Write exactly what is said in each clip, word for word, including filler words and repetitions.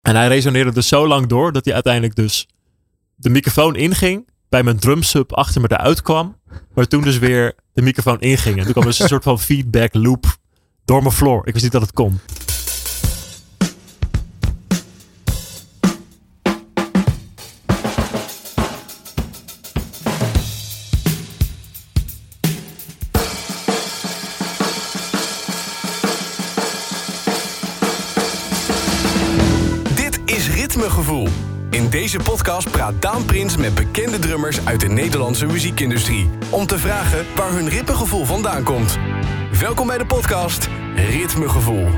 En hij resoneerde dus zo lang door dat hij uiteindelijk dus de microfoon inging. Bij mijn drumsub achter me eruit kwam. Maar toen dus weer de microfoon inging. En toen kwam dus een soort van feedback loop door mijn floor. Ik wist niet dat het kon. Dit is Ritmegevoel. In deze podcast praat Daan Prins met bekende drummers uit de Nederlandse muziekindustrie. Om te vragen waar hun ritmegevoel vandaan komt. Welkom bij de podcast Ritmegevoel.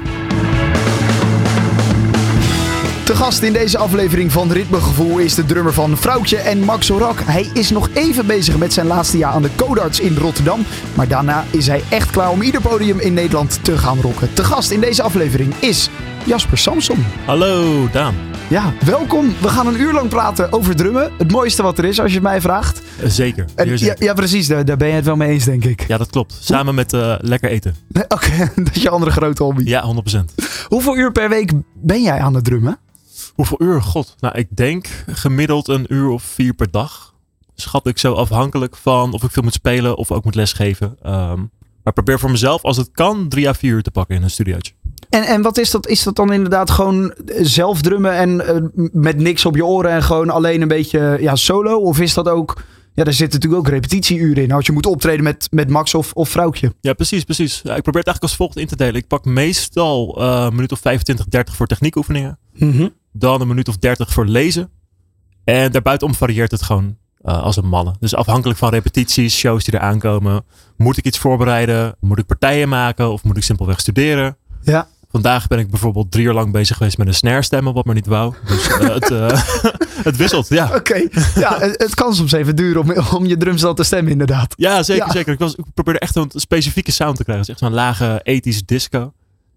Te gast in deze aflevering van Ritmegevoel is de drummer van Vrouwtje en Max Orak. Hij is nog even bezig met zijn laatste jaar aan de Codarts in Rotterdam. Maar daarna is hij echt klaar om ieder podium in Nederland te gaan rocken. Te gast in deze aflevering is Jasper Samson. Hallo Daan. Ja, welkom. We gaan een uur lang praten over drummen. Het mooiste wat er is, als je het mij vraagt. Zeker. En, zeker. ja, ja, precies. Daar, daar ben je het wel mee eens, denk ik. Ja, dat klopt. Samen met uh, lekker eten. Oké, okay, dat is je andere grote hobby. Ja, honderd procent. Hoeveel uur per week ben jij aan het drummen? Hoeveel uur? God. Nou, ik denk gemiddeld een uur of vier per dag. Schat ik zo afhankelijk van of ik veel moet spelen of ook moet lesgeven. Um, maar probeer voor mezelf, als het kan, drie à vier uur te pakken in een studiootje. En, en wat is dat? Is dat dan inderdaad gewoon zelf drummen en uh, met niks op je oren en gewoon alleen een beetje ja, solo? Of is dat ook... Ja, daar zitten natuurlijk ook repetitieuren in. Als je moet optreden met, met Max of, of Vrouwtje. Ja, precies, precies. Ja, ik probeer het eigenlijk als volgt in te delen. Ik pak meestal uh, een minuut of vijfentwintig, dertig voor techniekoefeningen. Mm-hmm. Dan een minuut of dertig voor lezen. En daarbuitenom varieert het gewoon uh, als een malle. Dus afhankelijk van repetities, shows die er aankomen. Moet ik iets voorbereiden? Moet ik partijen maken? Of moet ik simpelweg studeren? Ja. Vandaag ben ik bijvoorbeeld drie uur lang bezig geweest met een snare stemmen, wat maar niet wou. Dus uh, het, uh, het wisselt, ja. Oké, okay. Ja, het, het kan soms even duren om, om je drumstel te stemmen, inderdaad. Ja, zeker, ja. zeker. Ik, was, ik probeerde echt een specifieke sound te krijgen. Dus echt zo'n lage ethische disco.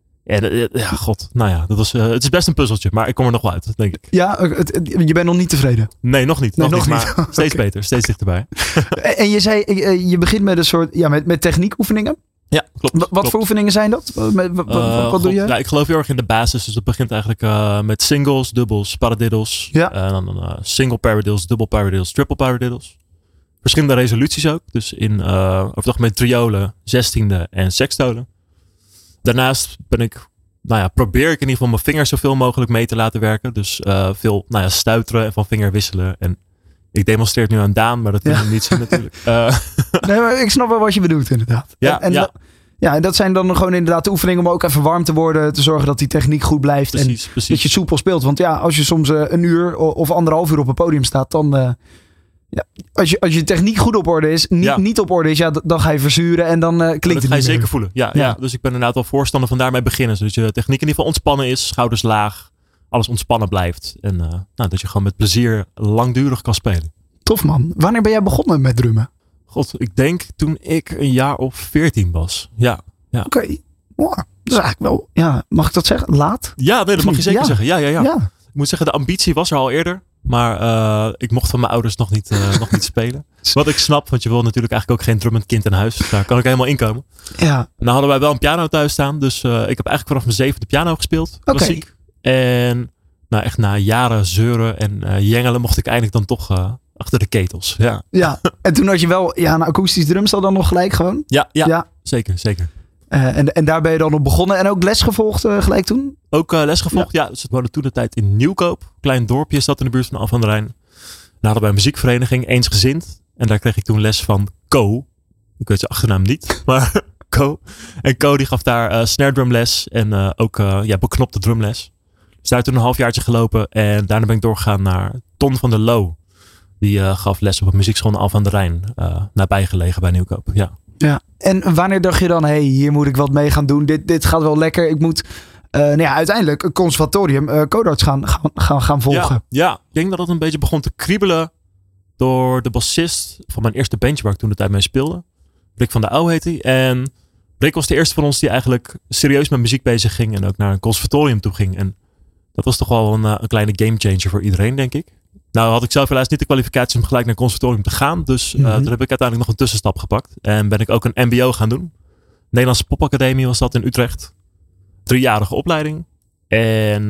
En uh, ja, god, nou ja, dat was, uh, het is best een puzzeltje, maar ik kom er nog wel uit, denk ik. Ja, het, het, je bent nog niet tevreden? Nee, nog niet. Nee, nog, nog niet, niet. Maar steeds Okay. beter, steeds dichterbij. En je zei, je begint met een soort, ja, met, met techniekoefeningen. Ja, klopt. W- wat klopt. voor oefeningen zijn dat? Met, w- w- Uh, wat god, doe je? Ja, ik geloof heel erg in de basis. Dus dat begint eigenlijk uh, met singles, dubbels, paradiddles. Ja. En dan uh, single paradiddles, dubbel paradiddles, triple paradiddles. Verschillende resoluties ook. Dus in uh, over het algemeen triolen, zestiende en sextolen. Daarnaast ben ik, nou ja, probeer ik in ieder geval mijn vingers zoveel mogelijk mee te laten werken. Dus uh, veel nou ja, stuiteren en van vinger wisselen. En ik demonstreer het nu aan Daan, maar dat kunnen we Ja. niet zien natuurlijk. Uh, Nee, maar ik snap wel wat je bedoelt, inderdaad. Ja, en, en ja. dat- ja, en dat zijn dan gewoon inderdaad de oefeningen om ook even warm te worden. Te zorgen dat die techniek goed blijft. precies, en precies. dat je soepel speelt. Want ja, als je soms uh, een uur of anderhalf uur op een podium staat, dan... Uh, ja, als, je, als je techniek goed op orde is, niet, Ja. niet op orde is, ja, d- dan ga je verzuren en dan uh, klinkt dat het ga je niet zeker meer. voelen. Ja, ja. Ja. Dus ik ben inderdaad wel voorstander van daarmee beginnen. Zodat je techniek in ieder geval ontspannen is, schouders laag, alles ontspannen blijft. En uh, nou, dat je gewoon met plezier langdurig kan spelen. Tof man. Wanneer ben jij begonnen met drummen? God, ik denk toen ik een jaar of veertien was. Ja. Ja, Oké. Okay. Wow. Dat is eigenlijk wel, ja, mag ik dat zeggen? Laat? ja nee, dat mag je zeker Ja. zeggen. Ja, ja, ja, Ja. Ik moet zeggen, de ambitie was er al eerder. Maar uh, ik mocht van mijn ouders nog niet, uh, nog niet spelen. Wat ik snap, want je wil natuurlijk eigenlijk ook geen drummend kind in huis. Daar kan ik helemaal in komen. Ja. En dan hadden wij wel een piano thuis staan. Dus uh, ik heb eigenlijk vanaf mijn zevende piano gespeeld. Oké. Klassiek. En nou, echt na jaren zeuren en uh, jengelen mocht ik eindelijk dan toch uh, achter de ketels. Ja, Ja. En toen had je wel ja, een akoestisch drumstel dan nog gelijk gewoon? ja, ja, Ja. zeker, zeker. Uh, en, en daar ben je dan op begonnen en ook les gevolgd uh, gelijk toen? Ook uh, les gevolgd. Ja, ja dus we woonden toen de tijd in Nieuwkoop. Klein dorpje is dat in de buurt van Alphen aan de Rijn. Daar hadden wij een muziekvereniging, eensgezind. En daar kreeg ik toen les van Co. Ik weet zijn achternaam niet, maar Co. En Co die gaf daar uh, snare drumles en uh, ook uh, ja, beknopte drumles. Dus daar toen een halfjaartje gelopen. En daarna ben ik doorgegaan naar Ton van der Loo. Die uh, gaf les op een muziekschool in Alphen aan de Rijn. Uh, nabijgelegen bij Nieuwkoop, ja. Ja. En wanneer dacht je dan, hé, hey, hier moet ik wat mee gaan doen. Dit, dit gaat wel lekker. Ik moet uh, nou ja, uiteindelijk een conservatorium, uh, Codarts gaan, gaan, gaan, gaan volgen. Ja, ja, ik denk dat het een beetje begon te kriebelen door de bassist van mijn eerste bandje waar ik toen de tijd mee speelde. Rick van der Ouw heet hij. En Rick was de eerste van ons die eigenlijk serieus met muziek bezig ging en ook naar een conservatorium toe ging. En dat was toch wel een, een kleine gamechanger voor iedereen, denk ik. Nou had ik zelf helaas niet de kwalificaties om gelijk naar een conservatorium te gaan. Dus uh, Mm-hmm. toen heb ik uiteindelijk nog een tussenstap gepakt. En ben ik ook een M B O gaan doen. Nederlandse Popacademie was dat in Utrecht. Driejarige opleiding. En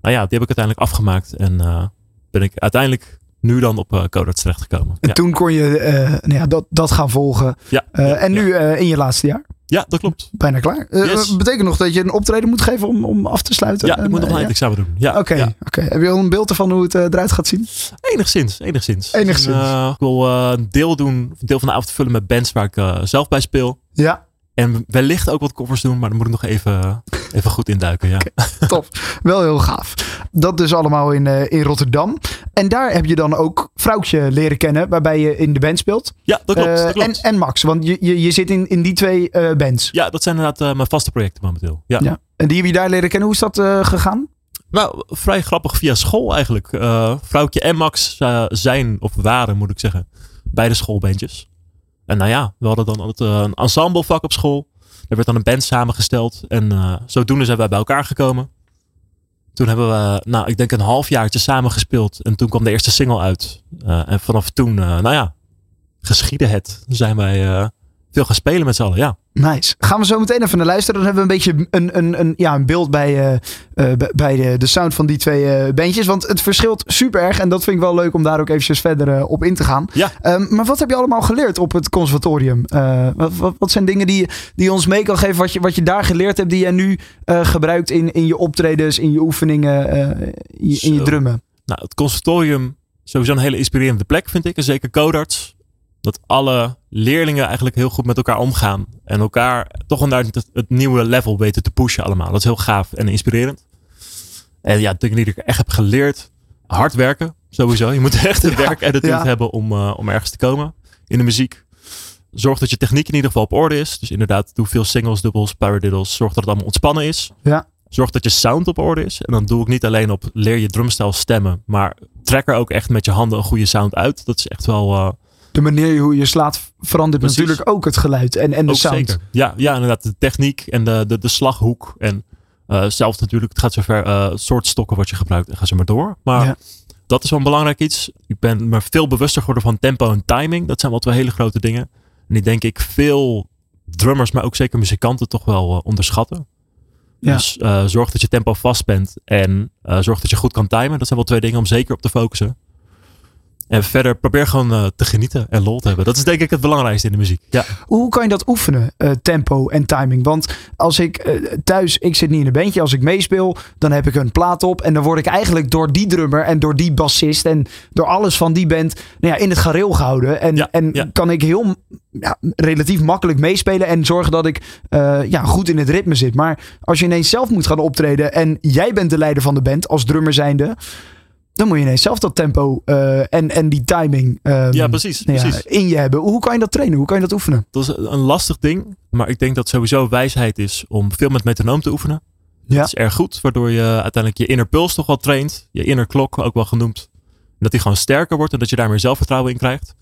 nou ja, die heb ik uiteindelijk afgemaakt. En uh, ben ik uiteindelijk nu dan op uh, Codarts terechtgekomen. En ja. toen kon je uh, nou ja, dat, dat gaan volgen. Ja, uh, ja, en nu ja. uh, in je laatste jaar? Ja, dat klopt. Bijna klaar. Uh, Yes. Betekent nog dat je een optreden moet geven om, om af te sluiten? Ja, ik moet nog een uh, eindexamen doen. Ja, Oké, okay, ja. okay. Heb je al een beeld ervan hoe het uh, eruit gaat zien? Enigszins, enigszins. Enigszins. Uh, ik wil uh, een deel doen, een deel van de avond vullen met bands waar ik uh, zelf bij speel. Ja. En wellicht ook wat covers doen, maar dan moet ik nog even, even goed induiken. Ja. Okay, top. Wel heel gaaf. Dat dus allemaal in, uh, in Rotterdam. En daar heb je dan ook Vrouwtje leren kennen, waarbij je in de band speelt. Ja, dat klopt. Uh, dat klopt. En, en Max, want je, je, je zit in, in die twee uh, bands. Ja, dat zijn inderdaad uh, mijn vaste projecten momenteel. Ja. Ja. En die heb je daar leren kennen. Hoe is dat uh, gegaan? Nou, vrij grappig via school eigenlijk. Uh, Vrouwtje en Max uh, zijn, of waren moet ik zeggen, beide schoolbandjes. En nou ja, we hadden dan altijd uh, een ensemblevak op school. Er werd dan een band samengesteld. En uh, zodoende zijn wij bij elkaar gekomen. Toen hebben we, nou, ik denk een halfjaartje samen gespeeld. En toen kwam de eerste single uit. Uh, en vanaf toen, uh, nou ja, geschiedde het. Zijn wij uh, veel gaan spelen met z'n allen, ja. Nice. Gaan we zo meteen even naar luisteren. Dan hebben we een beetje een, een, een, ja, een beeld bij, uh, uh, bij de, de sound van die twee uh, bandjes. Want het verschilt super erg. En dat vind ik wel leuk om daar ook eventjes verder uh, op in te gaan. Ja. Um, maar wat heb je allemaal geleerd op het conservatorium? Uh, wat, wat, wat zijn dingen die, die je ons mee kan geven? Wat je, wat je daar geleerd hebt die je nu uh, gebruikt in, in je optredens, in je oefeningen, uh, in, je, in je drummen? Nou, het conservatorium sowieso een hele inspirerende plek vind ik. En zeker Codarts. Dat alle leerlingen eigenlijk heel goed met elkaar omgaan. En elkaar toch naar het, het nieuwe level weten te pushen allemaal. Dat is heel gaaf en inspirerend. En ja, dingen die ik echt heb geleerd. Hard werken, sowieso. Je moet echt een ja, werkattitude ja. hebben om, uh, om ergens te komen in de muziek. Zorg dat je techniek in ieder geval op orde is. Dus inderdaad, doe veel singles, dubbels, paradiddles. Zorg dat het allemaal ontspannen is. Ja. Zorg dat je sound op orde is. En dan doe ik niet alleen op leer je drumstijl stemmen. Maar trek er ook echt met je handen een goede sound uit. Dat is echt wel... Uh, De manier hoe je slaat verandert Precies. natuurlijk ook het geluid en, en de ook sound. Zeker. Ja, ja, inderdaad. De techniek en de, de, de slaghoek. En uh, zelfs natuurlijk, het gaat zover, uh, het soort stokken wat je gebruikt. En ga zo maar door. Maar ja. dat is wel een belangrijk iets. Ik ben me veel bewuster geworden van tempo en timing. Dat zijn wel twee hele grote dingen. En die denk ik veel drummers, maar ook zeker muzikanten toch wel uh, onderschatten. Ja. Dus uh, zorg dat je tempo vast bent. En uh, zorg dat je goed kan timen. Dat zijn wel twee dingen om zeker op te focussen. En verder probeer gewoon uh, te genieten en lol te hebben. Dat is denk ik het belangrijkste in de muziek. Ja. Hoe kan je dat oefenen, uh, tempo en timing? Want als ik uh, thuis, ik zit niet in een bandje. Als ik meespeel, dan heb ik een plaat op. En dan word ik eigenlijk door die drummer en door die bassist en door alles van die band nou ja, in het gareel gehouden. En, ja, en ja. kan ik heel ja, relatief makkelijk meespelen en zorgen dat ik uh, ja, goed in het ritme zit. Maar als je ineens zelf moet gaan optreden en jij bent de leider van de band als drummer zijnde... Dan moet je ineens zelf dat tempo uh, en, en die timing um, ja, precies, nou ja, precies. in je hebben. Hoe kan je dat trainen? Hoe kan je dat oefenen? Dat is een lastig ding. Maar ik denk dat sowieso wijsheid is om veel met metronoom te oefenen. Ja. Dat is erg goed. Waardoor je uiteindelijk je inner puls toch wel traint. Je inner klok ook wel genoemd. Dat die gewoon sterker wordt. En dat je daar meer zelfvertrouwen in krijgt.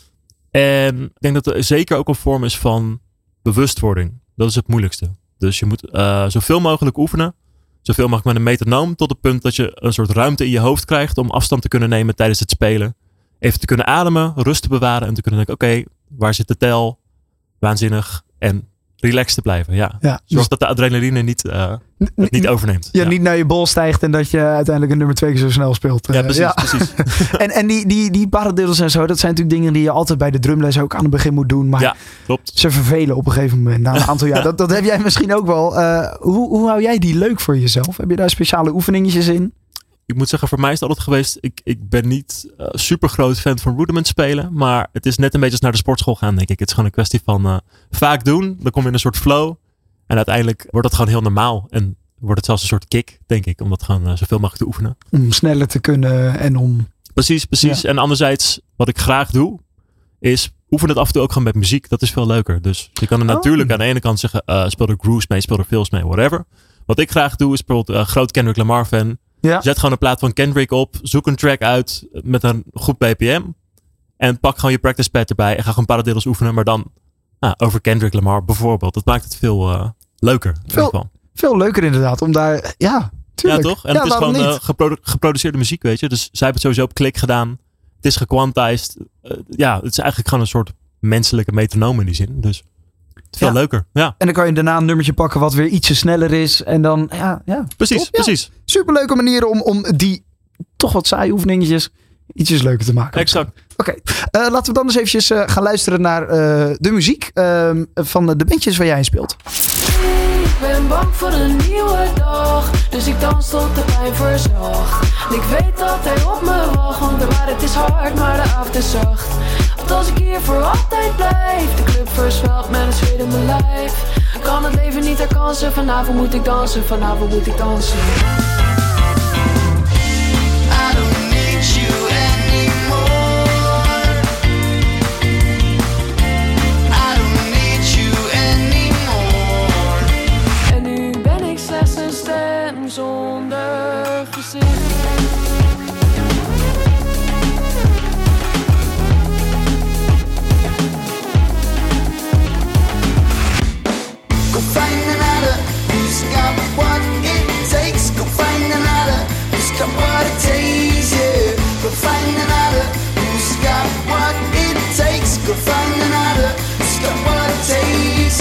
En ik denk dat er zeker ook een vorm is van bewustwording. Dat is het moeilijkste. Dus je moet uh, zoveel mogelijk oefenen. Zoveel mogelijk met een metronoom tot het punt dat je een soort ruimte in je hoofd krijgt om afstand te kunnen nemen tijdens het spelen. Even te kunnen ademen, rust te bewaren en te kunnen denken, oké, okay, waar zit de tel? Waanzinnig. En relaxed te blijven. Ja. Ja, Zorg dus dat de adrenaline niet, uh, het niet overneemt. Ja, ja, niet naar je bol stijgt en dat je uiteindelijk een nummer twee keer zo snel speelt. Ja, precies. Ja. precies. en en die, die, die paradiddles en zo, dat zijn natuurlijk dingen die je altijd bij de drumles ook aan het begin moet doen. Maar ja, klopt. Ze vervelen op een gegeven moment na een aantal jaar. Dat, dat heb jij misschien ook wel. Uh, hoe, hoe hou jij die leuk voor jezelf? Heb je daar speciale oefeningetjes in? Ik moet zeggen, voor mij is het altijd geweest, ik, ik ben niet uh, super groot fan van rudiment spelen. Maar het is net een beetje als naar de sportschool gaan, denk ik. Het is gewoon een kwestie van uh, vaak doen. Dan kom je in een soort flow. En uiteindelijk wordt dat gewoon heel normaal. En wordt het zelfs een soort kick, denk ik. Om dat gewoon uh, zoveel mogelijk te oefenen. Om sneller te kunnen en om... Precies, precies. Ja. En anderzijds, wat ik graag doe, is oefen het af en toe ook gewoon met muziek. Dat is veel leuker. Dus je kan er natuurlijk oh. aan de ene kant zeggen, uh, speel er grooves mee, speel er fills mee, whatever. Wat ik graag doe, is bijvoorbeeld uh, groot Kendrick Lamar fan. Ja. Zet gewoon een plaat van Kendrick op. Zoek een track uit met een goed B P M. En pak gewoon je practice pad erbij. En ga gewoon paradiddles oefenen. Maar dan nou, over Kendrick Lamar bijvoorbeeld. Dat maakt het veel uh, leuker. Veel, veel leuker inderdaad. Om daar, ja, tuurlijk. Ja, toch? En ja, het is gewoon uh, geprodu- geproduceerde muziek, weet je. Dus zij hebben het sowieso op klik gedaan. Het is gequantized. Uh, ja, het is eigenlijk gewoon een soort menselijke metronoom in die zin. Dus... Veel Ja. leuker. Ja, En dan kan je daarna een nummertje pakken wat weer ietsje sneller is. En dan, ja, ja. precies. Top, ja. precies. Superleuke manieren om, om die toch wat saaie oefeningetjes ietsjes leuker te maken. Exact. Oké, okay. uh, laten we dan eens eventjes uh, gaan luisteren naar uh, de muziek uh, van de bandjes waar jij in speelt. Ik ben bang voor een nieuwe dag, dus ik dans tot de pijn verzag. En ik weet dat hij op me wacht, want de waarheid is hard, maar de avond is zacht. Want als ik hier voor altijd blijf, de club versmelt met een zweet in mijn lijf. Ik kan het leven niet herkansen, vanavond moet ik dansen, vanavond moet ik dansen. I don't need you anymore. I don't need you anymore. En nu ben ik slechts een stem zonder gezicht. Go find another who's got what it takes. Go find another who's got what it takes. Yeah. Go find another who's got what it takes. Go find another who's got what it takes.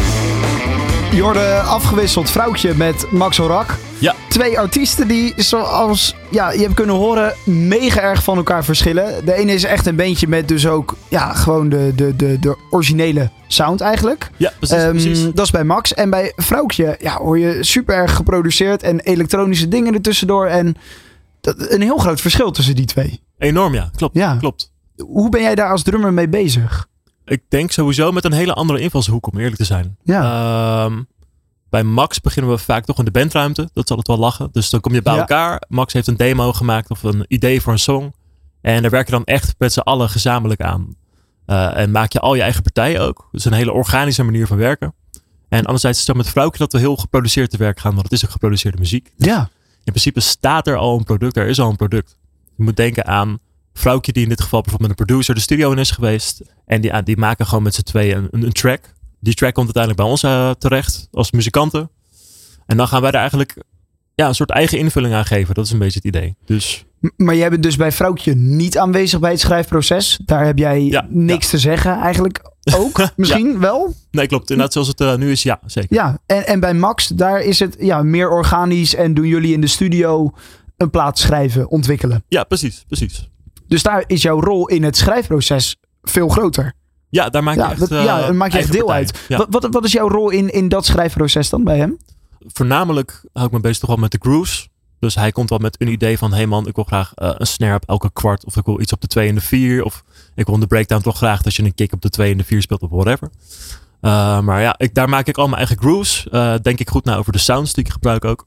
Je hoorde afgewisseld Vrouwtje met Max Orak. Ja. Twee artiesten die, zoals ja, je hebt kunnen horen, mega erg van elkaar verschillen. De ene is echt een bandje met dus ook ja, gewoon de, de, de, de originele sound eigenlijk. Ja, precies. Um, precies. Dat is bij Max. En bij Vrouwtje ja, hoor je super erg geproduceerd en elektronische dingen ertussendoor. En dat, een heel groot verschil tussen die twee. Enorm, ja. Klopt. Ja. Klopt. Hoe ben jij daar als drummer mee bezig? Ik denk sowieso met een hele andere invalshoek, om eerlijk te zijn. Ja. Um, bij Max beginnen we vaak toch in de bandruimte. Dat zal het wel lachen. Dus dan kom je bij Ja. elkaar. Max heeft een demo gemaakt of een idee voor een song. En daar werk je dan echt met z'n allen gezamenlijk aan. Uh, en maak je al je eigen partijen ook. Dus een hele organische manier van werken. En anderzijds is het zo met Vrouwtje dat we heel geproduceerd te werk gaan. Want het is ook geproduceerde muziek. Ja. In principe staat er al een product. Er is al een product. Je moet denken aan Vrouwtje die in dit geval bijvoorbeeld met een producer de studio in is geweest. En die, die maken gewoon met z'n tweeën een, een track. Die track komt uiteindelijk bij ons uh, terecht als muzikanten. En dan gaan wij er eigenlijk ja, een soort eigen invulling aan geven. Dat is een beetje het idee. Dus M- Maar jij bent dus bij Vrouwtje niet aanwezig bij het schrijfproces. Daar heb jij Ja, niks ja. te zeggen eigenlijk ook. Misschien wel. nee, klopt. Inderdaad, zoals het uh, nu is, ja, zeker. Ja, en, en bij Max, daar is het ja, meer organisch en doen jullie in de studio een plaat schrijven, ontwikkelen. Ja, precies, precies. Dus daar is jouw rol in het schrijfproces veel groter. Ja, daar maak je Ja, echt, dat, uh, ja, daar maak je echt eigen deel partij. uit. Ja. Wat, wat, wat is jouw rol in, in dat schrijfproces dan bij hem? Voornamelijk hou ik me bezig toch wel met de grooves. Dus hij komt wel met een idee van, hey man, ik wil graag uh, een snare op elke kwart. Of ik wil iets op de twee en de vier. Of ik wil in de breakdown toch graag dat je een kick op de twee en de vier speelt of whatever. Uh, maar ja, ik, daar maak ik al mijn eigen grooves. Uh, denk ik goed na over de sounds die ik gebruik ook.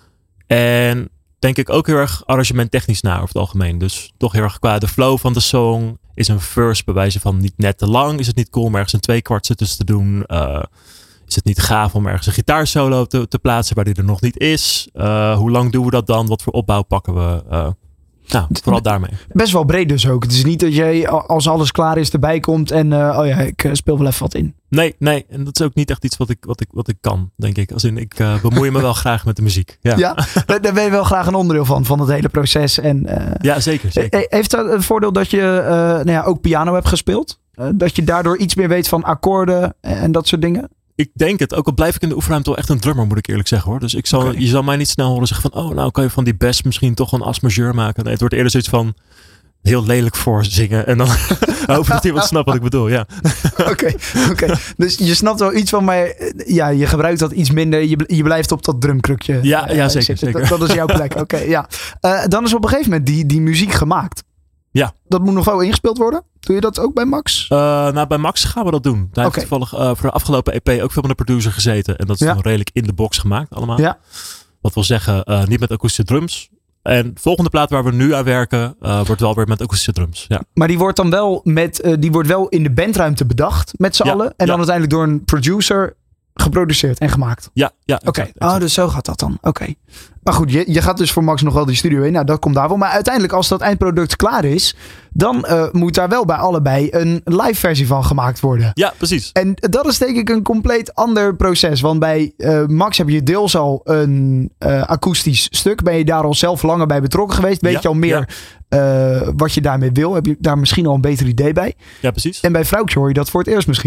En denk ik ook heel erg arrangement technisch na over het algemeen. Dus toch heel erg qua de flow van de song. Is een verse bij wijze van niet net te lang? Is het niet cool om ergens een twee kwart tussen te doen? Uh, is het niet gaaf om ergens een gitaarsolo te, te plaatsen waar die er nog niet is? Uh, hoe lang doen we dat dan? Wat voor opbouw pakken we? Uh, nou, vooral daarmee. Best wel breed dus ook. Het is niet dat jij als alles klaar is erbij komt en uh, oh ja, ik uh, speel wel even wat in. Nee, nee. En dat is ook niet echt iets wat ik, wat ik, wat ik kan, denk ik. Als in, ik uh, bemoei me wel graag met de muziek. Ja, Ja, daar daar ben je wel graag een onderdeel van, van het hele proces. En, uh, ja zeker. zeker. Heeft dat het voordeel dat je uh, nou ja, ook piano hebt gespeeld? Uh, dat je daardoor iets meer weet van akkoorden en dat soort dingen? Ik denk het. Ook al blijf ik in de oefenruimte wel echt een drummer, moet ik eerlijk zeggen hoor. Dus ik zal, Okay. je zal mij niet snel horen zeggen van, oh nou kan je van die bass misschien toch een as majeur maken. Nee, het wordt eerder zoiets van heel lelijk voor zingen. En dan hoop dat iemand snapt wat ik bedoel. Ja. Oké, okay, okay. Dus je snapt wel iets van, maar ja, je gebruikt dat iets minder. Je, je blijft op dat drumkrukje. Ja, ja, zeker, zitten. zeker. Dat, dat is jouw plek. Oké, okay, ja. Uh, dan is op een gegeven moment die, die muziek gemaakt. Ja. Dat moet nog wel ingespeeld worden. Doe je dat ook bij Max? Uh, nou, bij Max gaan we dat doen. Daar Okay. heeft toevallig uh, voor de afgelopen E P ook veel met de producer gezeten. En dat is Ja. dan redelijk in de box gemaakt allemaal. Ja. Wat wil zeggen, uh, niet met akoestische drums. En de volgende plaat waar we nu aan werken, uh, wordt wel weer met akoestische drums. Ja. Maar die wordt dan wel met, uh, die wordt wel in de bandruimte bedacht met z'n Ja, allen. En ja. dan uiteindelijk door een producer geproduceerd en gemaakt. Ja, ja. Oké, exact, okay. exact. Oh, dus zo gaat dat dan. Oké. Okay. Maar goed, je, je gaat dus voor Max nog wel die studio in. Nou, dat komt daarvoor. Maar uiteindelijk, als dat eindproduct klaar is, dan uh, moet daar wel bij allebei een live versie van gemaakt worden. Ja, precies. En dat is denk ik een compleet ander proces. Want bij uh, Max heb je deels al een uh, akoestisch stuk. Ben je daar al zelf langer bij betrokken geweest? Weet Ja, je al meer ja. uh, wat je daarmee wil? Heb je daar misschien al een beter idee bij? Ja, precies. En bij Vrouwtje hoor je dat voor het eerst misschien.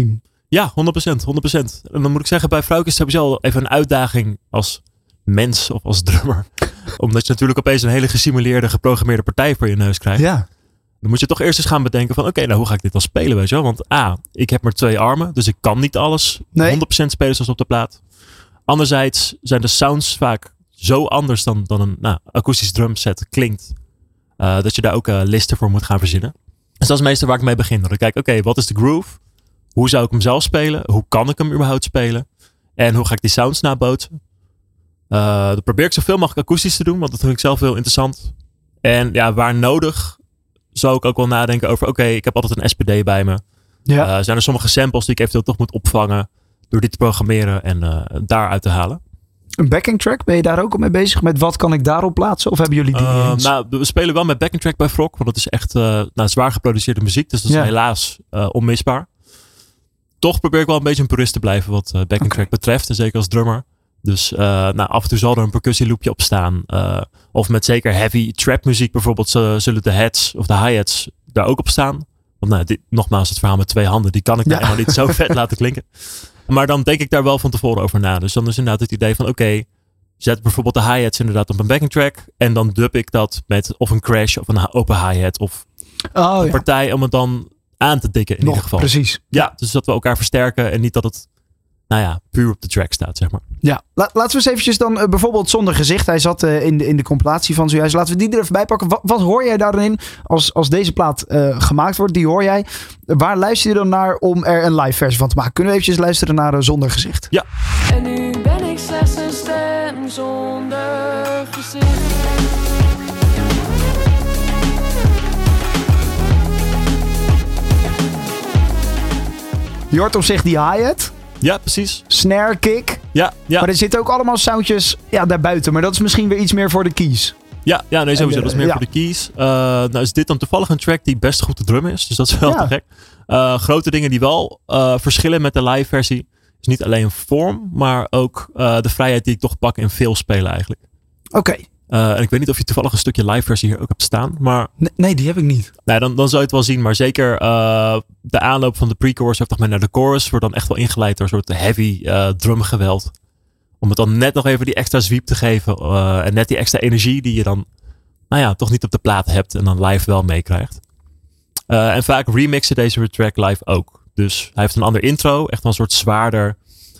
Ja, honderd procent. honderd procent. En dan moet ik zeggen, bij Frauke is het sowieso even een uitdaging als mens of als drummer. Omdat je natuurlijk opeens een hele gesimuleerde, geprogrammeerde partij voor je neus krijgt. Ja. Dan moet je toch eerst eens gaan bedenken van, oké, okay, nou hoe ga ik dit dan spelen, weet je wel? Want A, ik heb maar twee armen, dus ik kan niet alles Nee. honderd procent spelen zoals op de plaat. Anderzijds zijn de sounds vaak zo anders dan, dan een nou, akoestisch drumset klinkt. Uh, dat je daar ook uh, listen voor moet gaan verzinnen. Dus dat is meestal waar ik mee begin. Dan kijk, oké, okay, wat is de groove? Hoe zou ik hem zelf spelen? Hoe kan ik hem überhaupt spelen? En hoe ga ik die sounds nabootsen? Uh, dan probeer ik zoveel mogelijk akoestisch te doen, want dat vind ik zelf heel interessant. En ja, waar nodig zou ik ook wel nadenken over, oké, okay, ik heb altijd een S P D bij me. Ja. Uh, zijn er sommige samples die ik eventueel toch moet opvangen door dit te programmeren en uh, daaruit te halen? Een backing track, ben je daar ook al mee bezig? Met wat kan ik daarop plaatsen? Of hebben jullie die Uh, eens? nou, we spelen wel met backing track bij Frog, want dat is echt uh, nou, zwaar geproduceerde muziek, dus dat is Ja. helaas uh, onmisbaar. Toch probeer ik wel een beetje een purist te blijven wat uh, backing Oké. track betreft, en zeker als drummer. Dus uh, nou, af en toe zal er een percussieloopje op staan. Uh, of met zeker heavy trap muziek bijvoorbeeld uh, zullen de hats of de hi-hats daar ook op staan. Want nou, dit, nogmaals, het verhaal met twee handen, die kan ik Ja. nou helemaal niet zo vet laten klinken. Maar dan denk ik daar wel van tevoren over na. Dus dan is inderdaad het idee van oké, okay, zet bijvoorbeeld de hi-hats inderdaad op een backing track. En dan dub ik dat met of een crash of een open hi-hat of Oh een ja, partij om het dan aan te dikken in nog ieder geval. precies. Ja, dus dat we elkaar versterken en niet dat het nou ja, puur op de track staat, zeg maar. Ja, La- laten we eens eventjes dan uh, bijvoorbeeld Zonder Gezicht. Hij zat uh, in, de, in de compilatie van zojuist. Laten we die er even bij pakken. Wat, wat hoor jij daarin als, als deze plaat uh, gemaakt wordt? Die hoor jij. Waar luister je dan naar om er een live versie van te maken? Kunnen we eventjes luisteren naar uh, Zonder Gezicht? En nu ben ik slechts een stem zonder gezicht. Je hoort op zich die hi-hat, Ja, precies. snare, kick. Ja, ja. Maar er zitten ook allemaal soundjes ja, daarbuiten. Maar dat is misschien weer iets meer voor de keys. Ja, ja, nee, sowieso. En, Dat is uh, meer ja. voor de keys. Uh, nou is dit dan toevallig een track die best goed te drummen is. Dus dat is wel Ja. te gek. Uh, grote dingen die wel uh, verschillen met de live versie. Is niet alleen vorm, maar ook uh, de vrijheid die ik toch pak in veel spelen eigenlijk. Oké. Uh, en ik weet niet of je toevallig een stukje live versie hier ook hebt staan. Maar Nee, nee, die heb ik niet. nou, dan, dan zou je het wel zien. Maar zeker uh, de aanloop van de pre-chorus of toch maar naar de chorus wordt dan echt wel ingeleid door een soort heavy uh, drumgeweld. Om het dan net nog even die extra sweep te geven. Uh, en net die extra energie die je dan nou ja, toch niet op de plaat hebt en dan live wel meekrijgt. Uh, en vaak remixen deze track live ook. Dus hij heeft een ander intro. Echt wel een soort zwaarder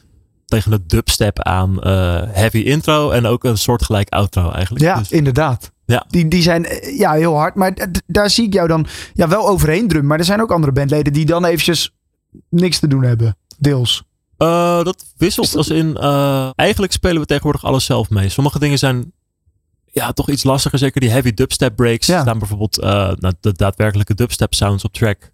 tegen de dubstep aan uh, heavy intro. En ook een soortgelijk outro eigenlijk. Ja, Dus, inderdaad. Ja. Die, die zijn eh, ja, heel hard. Maar d- daar zie ik jou dan ja, wel overheen drum. Maar er zijn ook andere bandleden die dan eventjes niks te doen hebben. Deels. Uh, dat wisselt als in, uh, eigenlijk spelen we tegenwoordig alles zelf mee. Sommige dingen zijn ja, toch iets lastiger. Zeker die heavy dubstep breaks. Ja. Staan bijvoorbeeld uh, nou, de daadwerkelijke dubstep sounds op track.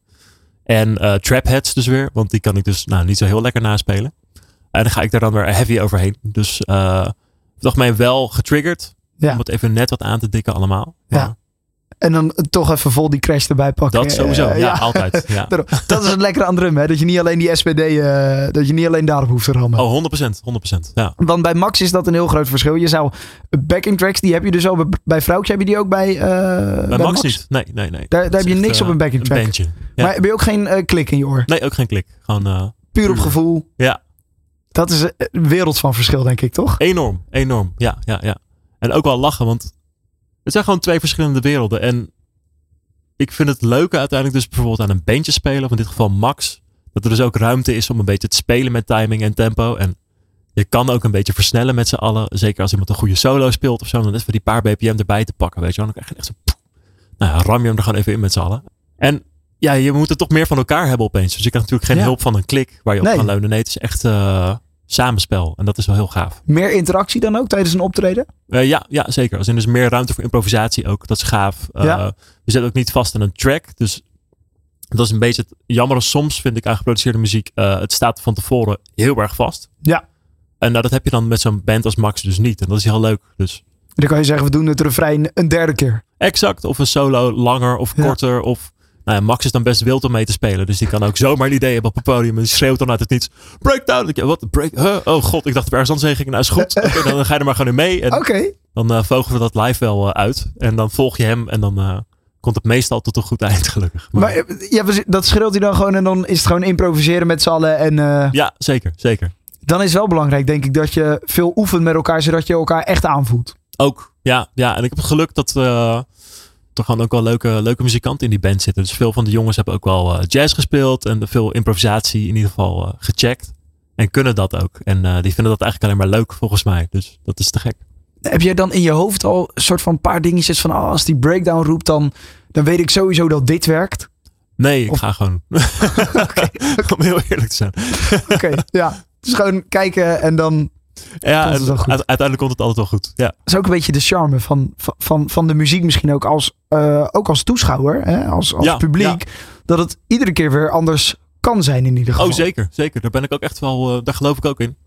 En uh, trap heads dus weer. Want die kan ik dus nou, niet zo heel lekker naspelen. En dan ga ik daar dan weer heavy overheen. Dus uh, toch mij wel getriggerd. Ja. Om het even net wat aan te dikken allemaal. Ja. Maar En dan toch even vol die crash erbij pakken. dat sowieso. Eh, ja, altijd. Ja. Dat is het lekkere aan drum, hè? Dat je niet alleen die S P D, uh, dat je niet alleen daarop hoeft te rammen. Oh, honderd procent. honderd procent. Ja. Want bij Max is dat een heel groot verschil. Je zou backing tracks, die heb je dus al bij- bij Vrouwtje, heb je die ook bij, uh, bij, Bij Max niet. Nee, nee, nee. Daar, Dat daar heb is je echt, niks uh, op een backing track. bandje. Ja. Maar heb je ook geen uh, klik in je oor? Nee, ook geen klik. Gewoon uh, Puur op puur. gevoel. Ja. Dat is een wereld van verschil, denk ik, toch? Enorm, enorm. Ja, ja, ja. En ook wel lachen, want het zijn gewoon twee verschillende werelden. En ik vind het leuke uiteindelijk dus bijvoorbeeld aan een bandje spelen, of in dit geval Max, dat er dus ook ruimte is om een beetje te spelen met timing en tempo. En je kan ook een beetje versnellen met z'n allen. Zeker als iemand een goede solo speelt of zo, dan is voor die paar B P M erbij te pakken, weet je wel. Dan krijg je echt zo, poef. Nou ja, ram je hem er gewoon even in met z'n allen. En ja, je moet het toch meer van elkaar hebben opeens. Dus je krijgt natuurlijk geen Ja. hulp van een klik waar je op Nee. kan leunen. Nee, het is echt uh, samenspel. En dat is wel heel gaaf. Meer interactie dan ook tijdens een optreden? Uh, ja, ja, zeker. Er is dus meer ruimte voor improvisatie ook. Dat is gaaf. Uh, Ja. We zitten ook niet vast aan een track. Dus dat is een beetje het jammer. Soms vind ik aan geproduceerde muziek, uh, het staat van tevoren heel erg vast. Ja. En nou, dat heb je dan met zo'n band als Max dus niet. En dat is heel leuk. Dus Dan kan je zeggen, we doen het refrein een derde keer. exact. Of een solo langer of Ja. korter. Of nou ja, Max is dan best wild om mee te spelen. Dus die kan ook zomaar een idee hebben op het podium. En die schreeuwt dan uit het niets. Breakdown. Ik, wat? Break? Huh? Oh god, ik dacht op ergens anders heen ging. Nou is goed. Okay, dan ga je er maar gewoon in mee. En Oké. dan uh, vogelen we dat live wel uh, uit. En dan volg je hem. En dan uh, komt komt het meestal tot een goed eind, gelukkig. Maar, Maar eh, ja, we- dat schreeuwt hij dan gewoon en dan is het gewoon improviseren met z'n allen. En eh, ja, zeker, zeker. dan is het wel belangrijk, denk ik, dat je veel oefent met elkaar, zodat je elkaar echt aanvoelt. Ook, ja, ja. En ik heb het geluk dat uh, er gewoon ook wel leuke, leuke muzikanten in die band zitten. Dus veel van de jongens hebben ook wel uh, jazz gespeeld en veel improvisatie in ieder geval uh, gecheckt. En kunnen dat ook. En uh, die vinden dat eigenlijk alleen maar leuk volgens mij. Dus dat is te gek. Heb jij dan in je hoofd al een soort van een paar dingetjes van, oh, als die breakdown roept, dan, dan weet ik sowieso dat dit werkt? Nee, ik Of- ga gewoon. Om heel eerlijk te zijn. Oké, ja. Dus gewoon kijken en dan... Ja, Komt het en wel goed? uite- uiteindelijk komt het altijd wel goed. Ja, Dat is ook een beetje de charme van, van, van de muziek misschien ook als, uh, ook als toeschouwer, hè? Als, als Ja, publiek. Dat het iedere keer weer anders kan zijn in ieder geval. oh zeker, zeker. Daar ben ik ook echt wel, uh, daar geloof ik ook in.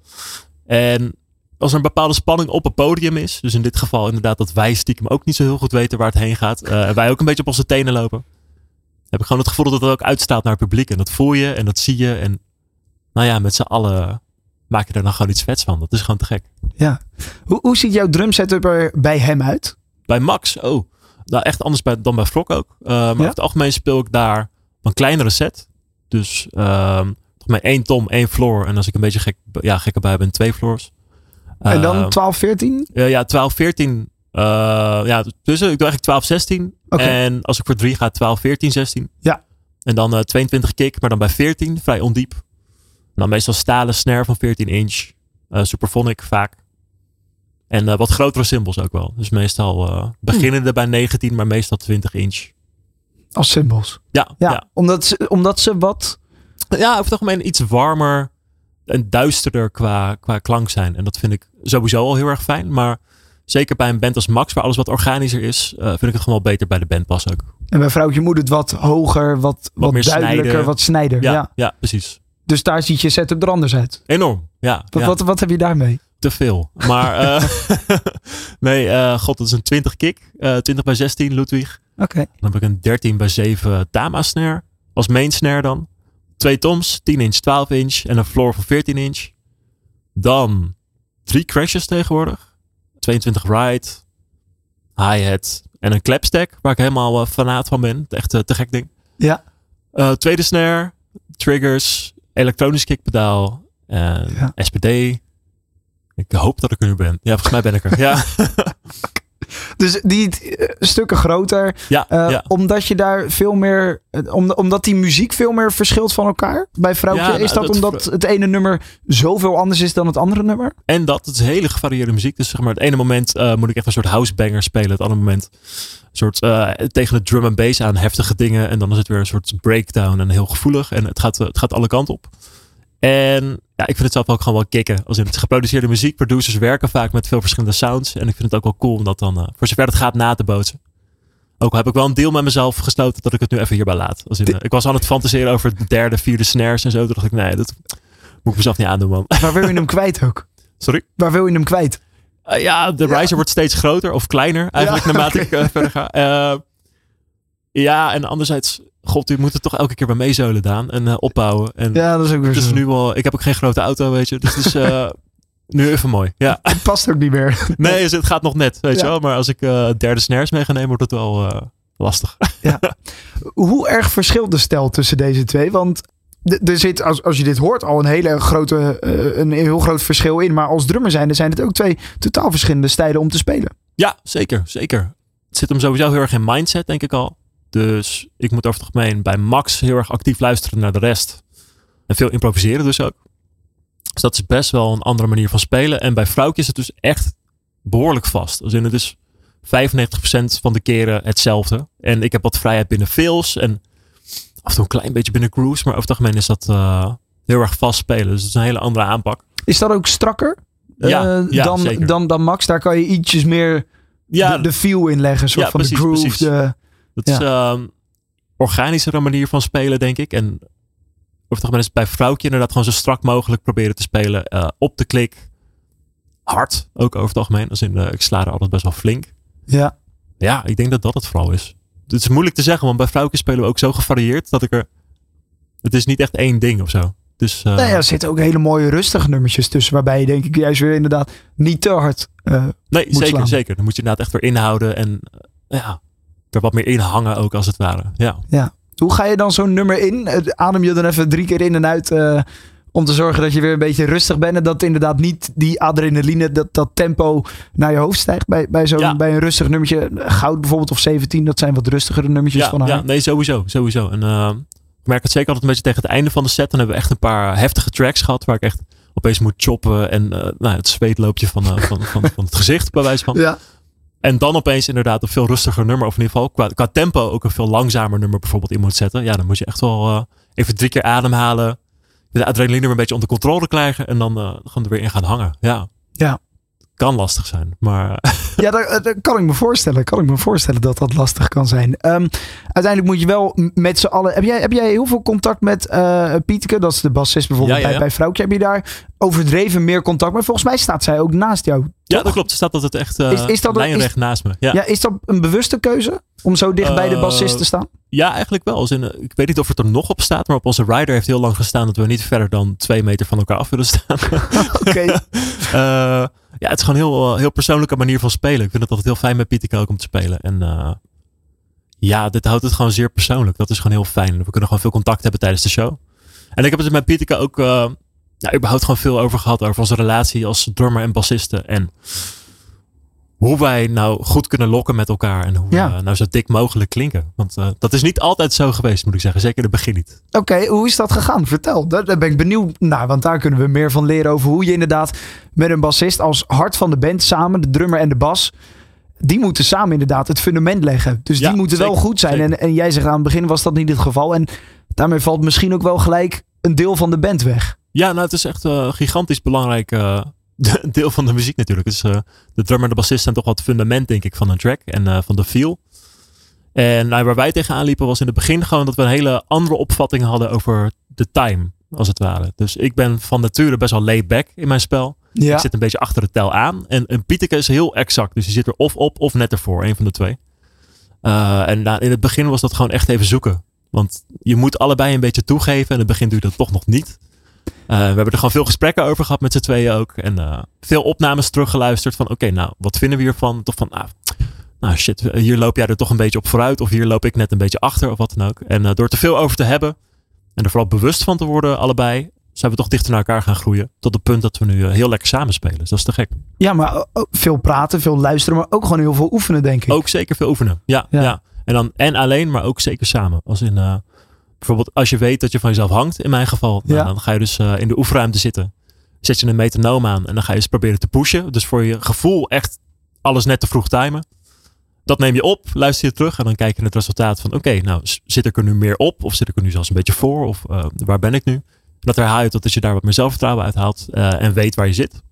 En als er een bepaalde spanning op het podium is, dus in dit geval inderdaad dat wij stiekem ook niet zo heel goed weten waar het heen gaat. Uh, en wij ook een beetje op onze tenen lopen. Heb ik gewoon het gevoel dat het ook uitstaat naar het publiek. En dat voel je en dat zie je. En nou ja, met z'n allen maak je er dan gewoon iets vets van. Dat is gewoon te gek. Ja. Hoe, hoe ziet jouw drum setup er bij hem uit? Bij Max, oh. Nou, echt anders bij, dan bij Frog ook. Uh, maar Ja? over het algemeen speel ik daar een kleinere set. Dus uh, volgens mij één tom, één floor. En als ik een beetje gek, ja, gekke bij ben, twee floors. En Uh, dan twaalf, veertien? Uh, ja, twaalf, veertien. Uh, ja, tussen. Ik doe eigenlijk twaalf, zestien. Oké. En als ik voor drie ga, twaalf, veertien, zestien. Ja. En dan uh, tweeëntwintig kick, maar dan bij veertien. Vrij ondiep. En dan meestal stalen snare van veertien inch. Uh, Superphonic vaak. En uh, wat grotere cymbals ook wel. Dus meestal uh, beginnende bij negentien, maar meestal twintig inch. Als cymbals. Ja, Ja, ja. Omdat, ze, omdat ze wat... ja, over het algemeen iets warmer en duisterder qua, qua klank zijn. En dat vind ik sowieso al heel erg fijn. Maar zeker bij een band als Max, waar alles wat organischer is, uh, vind ik het gewoon wel beter bij de band pas ook. En bij Vrouwtje moet het wat hoger, wat, wat, meer duidelijker, snijden. wat snijder. Ja, Ja. ja. precies. Dus daar ziet je setup er anders uit. Enorm. Ja, Wat, ja. wat, wat heb je daarmee? Te veel. Maar uh, nee, uh, god, dat is een twintig kick. Uh, twintig bij zestien Ludwig. Oké. Dan heb ik een dertien bij zeven Tama snare. Als main snare dan. Twee toms, tien inch, twaalf inch. En een floor van veertien inch. Dan drie crashes tegenwoordig. tweeëntwintig ride. Hi-hat. En een clapstack. Waar ik helemaal uh, fanaat van ben. Echt uh, te gek ding. Ja. Uh, tweede snare. Triggers. Elektronisch kickpedaal. En Ja. S P D. Ik hoop dat ik er nu ben. Ja, volgens mij ben ik er. Ja, Dus die eh, stukken groter. ja, eh, ja. Omdat je daar veel meer... eh, om, omdat die muziek veel meer verschilt van elkaar. Bij Vrouwtje. Ja, nou, is dat, dat- omdat het ene nummer zoveel anders is dan het andere nummer? En dat, het is hele gevarieerde muziek. Dus zeg maar, het ene moment uh, moet ik echt een soort housebanger spelen. Het andere moment een soort uh, tegen de drum en bass aan heftige dingen. En dan is het weer een soort breakdown en heel gevoelig. En het gaat, uh, het gaat alle kanten op. En ja, ik vind het zelf ook gewoon wel kicken. Als in het geproduceerde muziek. Producers werken vaak met veel verschillende sounds. En ik vind het ook wel cool om dat dan, uh, voor zover het gaat, na te bootsen. Ook al heb ik wel een deal met mezelf gesloten dat ik het nu even hierbij laat. Als in, uh, ik was aan het fantaseren over de derde, vierde snares en zo. Toen dacht ik, nee, dat moet ik mezelf niet aandoen, man. Waar wil je hem kwijt ook? Sorry? Waar wil je hem kwijt? Uh, ja, de riser wordt steeds groter of kleiner eigenlijk Ja, naarmate oké. ik uh, verder ga. Uh, ja, en anderzijds, god, u moet er toch elke keer bij meezeulen, Daan. En uh, opbouwen. En Ja, dat is ook weer dus zo. nu al, ik heb ook geen grote auto, weet je. Dus het is uh, nu even mooi. Ja. Het past ook niet meer. Nee, dus het gaat nog net, weet Ja. je wel. Maar als ik uh, derde snares mee ga nemen, wordt het wel uh, lastig. Hoe erg verschilt de stijl tussen deze twee? Want d- er zit, als, als je dit hoort, al een hele grote, eh, een heel groot verschil in. Maar als drummer zijnde zijn het ook twee totaal verschillende stijlen om te spelen. Ja, zeker, zeker. Het zit hem sowieso heel erg in mindset, denk ik al. Dus ik moet over het algemeen bij Max heel erg actief luisteren naar de rest. En veel improviseren dus ook. Dus dat is best wel een andere manier van spelen. En bij Vrouwtje is het dus echt behoorlijk vast. Dus in het is vijfennegentig procent van de keren hetzelfde. En ik heb wat vrijheid binnen fills. En af en toe een klein beetje binnen grooves. Maar over het algemeen is dat uh, heel erg vast spelen. Dus het is een hele andere aanpak. Is dat ook strakker Ja, eh, ja, dan, zeker. dan, dan Max? Daar kan je ietsjes meer Ja, de, de feel in leggen. Een soort Ja, van precies, de groove. precies. De, dat is een organischere manier van spelen, denk ik. En over het algemeen is het bij Vrouwtje inderdaad gewoon zo strak mogelijk proberen te spelen. Uh, op de klik. Hard, ook over het algemeen. Als in, uh, ik sla er altijd best wel flink. ja. Ja, ik denk dat dat het vooral is. Het is moeilijk te zeggen, want bij Vrouwtje spelen we ook zo gevarieerd dat ik er... Het is niet echt één ding of zo. Dus, uh, Nou ja, er zitten ook hele mooie rustige nummertjes tussen. Waarbij je denk ik juist weer inderdaad niet te hard... eh, nee, moet zeker, slaan. zeker. Dan moet je inderdaad echt weer inhouden. En uh, ja, er wat meer in hangen ook als het ware. Ja. Ja. Hoe ga je dan zo'n nummer in? Uh, Adem je dan even drie keer in en uit uh, om te zorgen dat je weer een beetje rustig bent en dat inderdaad niet die adrenaline, dat, dat tempo naar je hoofd stijgt bij, bij, zo'n, ja. bij een rustig nummertje. Goud bijvoorbeeld of zeventien, dat zijn wat rustigere nummertjes Ja, van haar. ja, nee, sowieso. sowieso. En, uh, ik merk het zeker altijd een beetje tegen het einde van de set. Dan hebben we echt een paar heftige tracks gehad waar ik echt opeens moet choppen en uh, nou, het zweet loopt je van, uh, van, van, van het gezicht bij wijze van. Ja. En dan opeens inderdaad een veel rustiger nummer. Of in ieder geval qua, qua tempo ook een veel langzamer nummer bijvoorbeeld in moet zetten. Ja, dan moet je echt wel uh, even drie keer ademhalen. De adrenaline weer een beetje onder controle krijgen. En dan uh, gaan we er weer in gaan hangen. Ja. Ja. Kan lastig zijn. Maar Ja, dat, dat kan ik me voorstellen. Kan ik me voorstellen dat dat lastig kan zijn. Um, uiteindelijk moet je wel met z'n allen... Heb jij, heb jij heel veel contact met uh, Pieteke? Dat is de bassist bijvoorbeeld Ja, ja, ja. Bij, bij Vrouwtje. Heb je daar overdreven meer contact mee? Volgens mij staat zij ook naast jou. ja, toch? dat klopt. Er staat altijd echt uh, Is- is dat een- lijnrecht is- naast me. Ja. Ja, is dat een bewuste keuze? Om zo dicht bij de Uh, bassist te staan? Ja, eigenlijk wel. Als in, uh, ik weet niet of het er nog op staat. Maar op onze rider heeft heel lang gestaan dat we niet verder dan twee meter van elkaar af willen staan. Oké. Uh, ja, het is gewoon een heel, uh, heel persoonlijke manier van spelen. Ik vind het altijd heel fijn met Pieteke ook om te spelen. En uh, ja, dit houdt het gewoon zeer persoonlijk. Dat is gewoon heel fijn. We kunnen gewoon veel contact hebben tijdens de show. En ik heb het er met Pieteke ook uh, ja, überhaupt gewoon veel over gehad. Over onze relatie als drummer en bassiste. En hoe wij nou goed kunnen lokken met elkaar. En hoe Ja. we nou zo dik mogelijk klinken. Want uh, dat is niet altijd zo geweest, moet ik zeggen. Zeker in het begin niet. Oké, hoe is dat gegaan? Vertel. Daar, daar ben ik benieuwd naar. Want daar kunnen we meer van leren over hoe je inderdaad met een bassist als hart van de band samen, de drummer en de bas, die moeten samen inderdaad het fundament leggen. Dus Ja, die moeten wel zeker, goed zijn. zeker. En, en jij zegt aan het begin was dat niet het geval. En daarmee valt misschien ook wel gelijk een deel van de band weg. Ja, nou het is echt een uh, gigantisch belangrijk uh, deel van de muziek natuurlijk. Dus, uh, de drummer en de bassist zijn toch wel het fundament denk ik van een track en uh, van de feel. En nou, waar wij tegenaan liepen was in het begin gewoon dat we een hele andere opvatting hadden over de time, als het ware. Dus ik ben van nature best wel laid back in mijn spel. Ja. Ik zit een beetje achter de tel aan. En, en Pieteke is heel exact. Dus je zit er of op of net ervoor. Een van de twee. Uh, en nou, in het begin was dat gewoon echt even zoeken. Want je moet allebei een beetje toegeven. En in het begin duurde dat toch nog niet. Uh, we hebben er gewoon veel gesprekken over gehad met z'n tweeën ook. En uh, veel opnames teruggeluisterd van oké, okay, nou, wat vinden we hiervan? Toch van, ah, nou shit, hier loop jij er toch een beetje op vooruit. Of hier loop ik net een beetje achter of wat dan ook. En uh, door te veel over te hebben en er vooral bewust van te worden allebei, zijn we toch dichter naar elkaar gaan groeien. Tot het punt dat we nu uh, heel lekker samen spelen. Dus dat is te gek. Ja, maar ook veel praten, veel luisteren, maar ook gewoon heel veel oefenen, denk ik. Ook zeker veel oefenen. Ja, Ja. ja. En dan en alleen, maar ook zeker samen. Als in uh, bijvoorbeeld als je weet dat je van jezelf hangt, in mijn geval, nou, Ja. dan ga je dus uh, in de oefenruimte zitten. Zet je een metronoom aan en dan ga je eens proberen te pushen. Dus voor je gevoel echt alles net te vroeg timen. Dat neem je op, luister je terug en dan kijk je naar het resultaat van oké, okay, nou zit ik er nu meer op of zit ik er nu zelfs een beetje voor of uh, waar ben ik nu? Dat herhaal je totdat je daar wat meer zelfvertrouwen uit haalt uh, en weet waar je zit.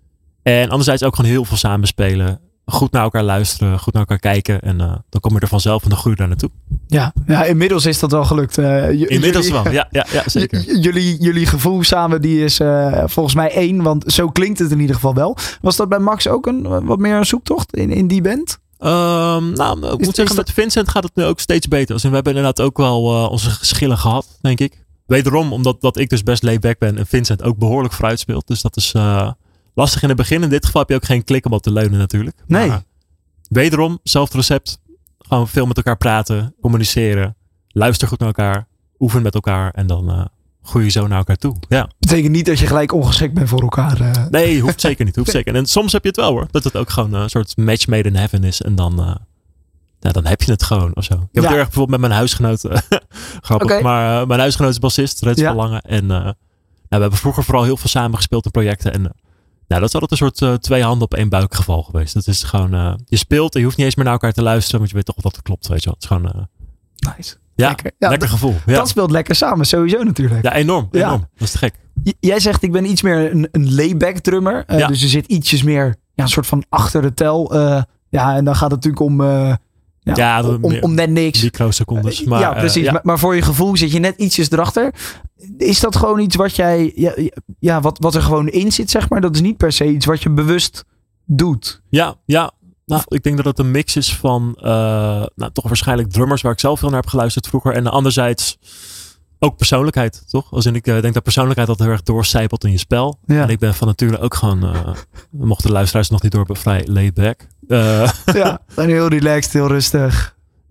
En anderzijds ook gewoon heel veel samenspelen. Goed naar elkaar luisteren, goed naar elkaar kijken. En uh, dan kom je er vanzelf en dan groei je daar naartoe. Ja, ja, inmiddels is dat wel gelukt. Uh, j- Inmiddels jullie- wel, ja, ja, ja zeker. J- jullie, jullie gevoel samen die is uh, volgens mij één, want zo klinkt het in ieder geval wel. Was dat bij Max ook een uh, wat meer een zoektocht in, in die band? Um, nou, ik Is- moet zeggen, is met Vincent gaat het nu ook steeds beter. Dus we hebben inderdaad ook wel uh, onze geschillen gehad, denk ik. Wederom, omdat dat ik dus best laid back ben en Vincent ook behoorlijk vooruit speelt. Dus dat is uh, lastig in het begin. In dit geval heb je ook geen klik om op te leunen natuurlijk. Nee. Maar wederom, zelfde recept. Gewoon veel met elkaar praten, communiceren. Luister goed naar elkaar. Oefen met elkaar. En dan uh, groei je zo naar elkaar toe. Ja. Betekent niet dat je gelijk ongeschikt bent voor elkaar. Uh. Nee, hoeft zeker niet. Hoeft zeker. En soms heb je het wel hoor. Dat het ook gewoon een soort match made in heaven is. En dan, uh, ja, dan heb je het gewoon of zo. Ik heb Ja. het heel erg bijvoorbeeld met mijn huisgenoot. Grappig. Oké. Maar uh, mijn huisgenoot is bassist. Reds Ja. van Lange. En uh, nou, we hebben vroeger vooral heel veel samen gespeeld in projecten. En uh, nou, dat is altijd een soort uh, twee handen op één buik geval geweest. Dat is gewoon, uh, je speelt en je hoeft niet eens meer naar elkaar te luisteren. Want je weet toch dat het klopt. Weet je wel. Het is gewoon, uh, Nice. ja, Lekker. lekker, Ja, dat- gevoel. Ja. Dat speelt lekker samen, sowieso natuurlijk. ja, enorm. Ja. enorm. Dat is te gek. J- Jij zegt ik ben iets meer een, een layback drummer. Uh, Ja. Dus je zit ietsjes meer ja, een soort van achter de tel. Uh, ja, en dan gaat het natuurlijk om, uh, ja, Ja, om, om, om net niks. Microsecondes. Maar, ja, precies. Uh, ja. Maar, maar voor je gevoel zit je net ietsjes erachter. Is dat gewoon iets wat jij, ja, ja wat, wat er gewoon in zit, zeg maar? Dat is niet per se iets wat je bewust doet. Ja, ja. Nou, ik denk dat het een mix is van uh, nou, toch waarschijnlijk drummers waar ik zelf veel naar heb geluisterd vroeger. En anderzijds ook persoonlijkheid, toch? Als in, ik uh, denk dat persoonlijkheid altijd heel erg doorcijpelt in je spel. Ja. En ik ben van nature ook gewoon, uh, mochten de luisteraars nog niet door, vrij laid back. Uh, Ja, en heel relaxed, heel rustig.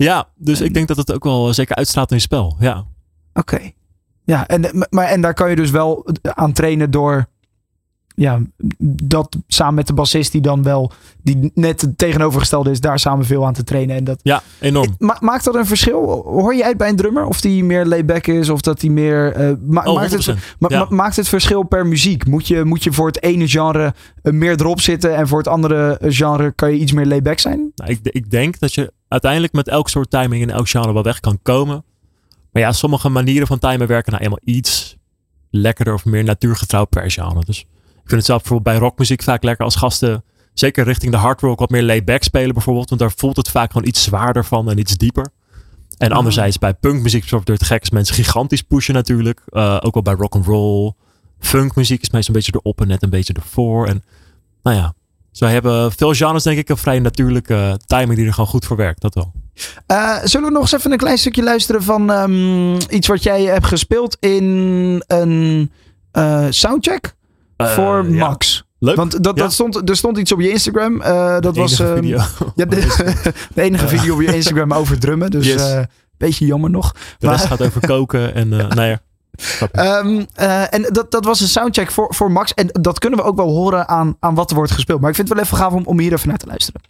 Ja, dus En- ik denk dat het ook wel zeker uitstraalt in je spel. Ja. Oké. Okay. Ja, en, maar, en daar kan je dus wel aan trainen door... Ja, dat samen met de bassist die dan wel... Die net het tegenovergestelde is, daar samen veel aan te trainen. En dat, Ja, enorm. Ma- maakt dat een verschil? Hoor je uit bij een drummer? Of die meer layback is? Of dat die meer... Uh, ma- Oh, maakt, het, honderd procent. ma- Ja. ma- maakt het verschil per muziek? Moet je, moet je voor het ene genre uh, meer erop zitten... en voor het andere genre kan je iets meer layback zijn? Nou, ik, ik denk dat je uiteindelijk met elk soort timing in elk genre wel weg kan komen. Maar ja, sommige manieren van timen werken nou eenmaal iets lekkerder of meer natuurgetrouw per genre. Dus ik vind het zelf bijvoorbeeld bij rockmuziek vaak lekker als gasten, zeker richting de hard rock, wat meer layback spelen bijvoorbeeld. Want daar voelt het vaak gewoon iets zwaarder van en iets dieper. En anderzijds bij punkmuziek bijvoorbeeld door het gek is mensen gigantisch pushen natuurlijk. Uh, ook wel bij rock'n'roll. Funkmuziek is meestal een beetje erop en net een beetje ervoor. En nou ja, zo hebben veel genres denk ik een vrij natuurlijke timing die er gewoon goed voor werkt. Dat wel. Uh, zullen we nog eens even een klein stukje luisteren van um, iets wat jij hebt gespeeld in een uh, soundcheck Uh, voor ja. Max? Leuk. Want dat, Ja. dat stond, er stond iets op je Instagram. Uh, dat De was enige um, video. ja, de, de enige video op je Instagram over drummen. Dus Yes. uh, beetje jammer nog. De rest gaat over koken en uh, nou ja. Um, uh, en dat, dat was een soundcheck voor, voor Max. En dat kunnen we ook wel horen aan, aan wat er wordt gespeeld. Maar ik vind het wel even gaaf om, om hier even naar te luisteren.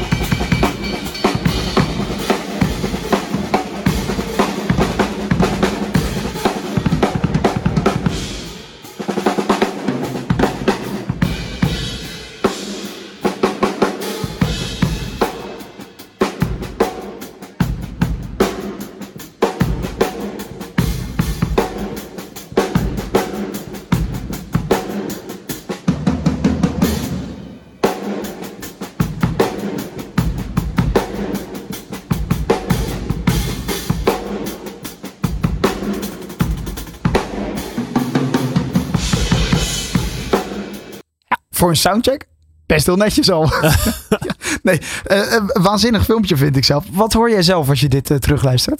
Voor een soundcheck? Best heel netjes al. ja, nee, uh, uh, waanzinnig filmpje vind ik zelf. Wat hoor jij zelf als je dit uh, terugluistert?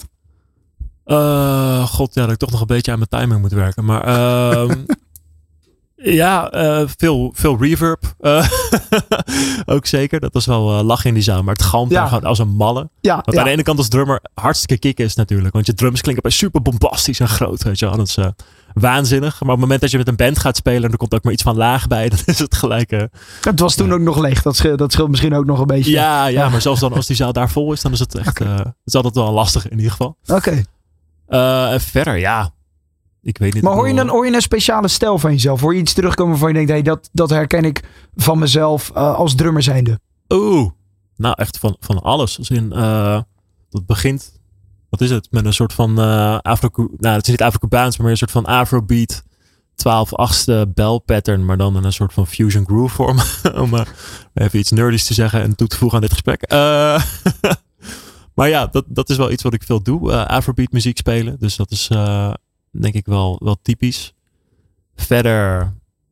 Uh, God, ja, dat ik toch nog een beetje aan mijn timing moet werken. Maar uh, ja, uh, veel, veel reverb. Uh, ook zeker. Dat was wel uh, lachen in die zaal. Maar het galmt Ja. daar gewoon als een malle. Ja, Wat ja. aan de ene kant als drummer hartstikke kick is natuurlijk. Want je drums klinken bij super bombastisch en groot. Weet je wel. Dat is uh, waanzinnig. Maar op het moment dat je met een band gaat spelen en er komt ook maar iets van laag bij, dan is het gelijk... Uh, Het was toen Ja. ook nog leeg. Dat scheelt, dat scheelt misschien ook nog een beetje. ja, ja, Ja. maar zelfs dan als die zaal daar vol is, dan is het echt... Uh, het is altijd wel lastig in ieder geval. Oké. Okay. Uh, en verder, ja. Ik weet niet. Maar ik hoor je, bedoel- dan, hoor je een speciale stijl van jezelf? Hoor je iets terugkomen waarvan je denkt, hey, dat, dat herken ik van mezelf uh, als drummer zijnde? Oeh, nou echt van, van alles. Als in, uh, dat begint, wat is het, met een soort van uh, Afro, nou het is niet Afro-Cubaans, maar meer een soort van Afrobeat, twaalf achtste bell pattern, maar dan in een soort van fusion groove vorm. Om uh, even iets nerdies te zeggen en toe te voegen aan dit gesprek. Uh, maar ja, dat, dat is wel iets wat ik veel doe. Uh, Afrobeat muziek spelen, dus dat is uh, denk ik wel, wel typisch. Verder...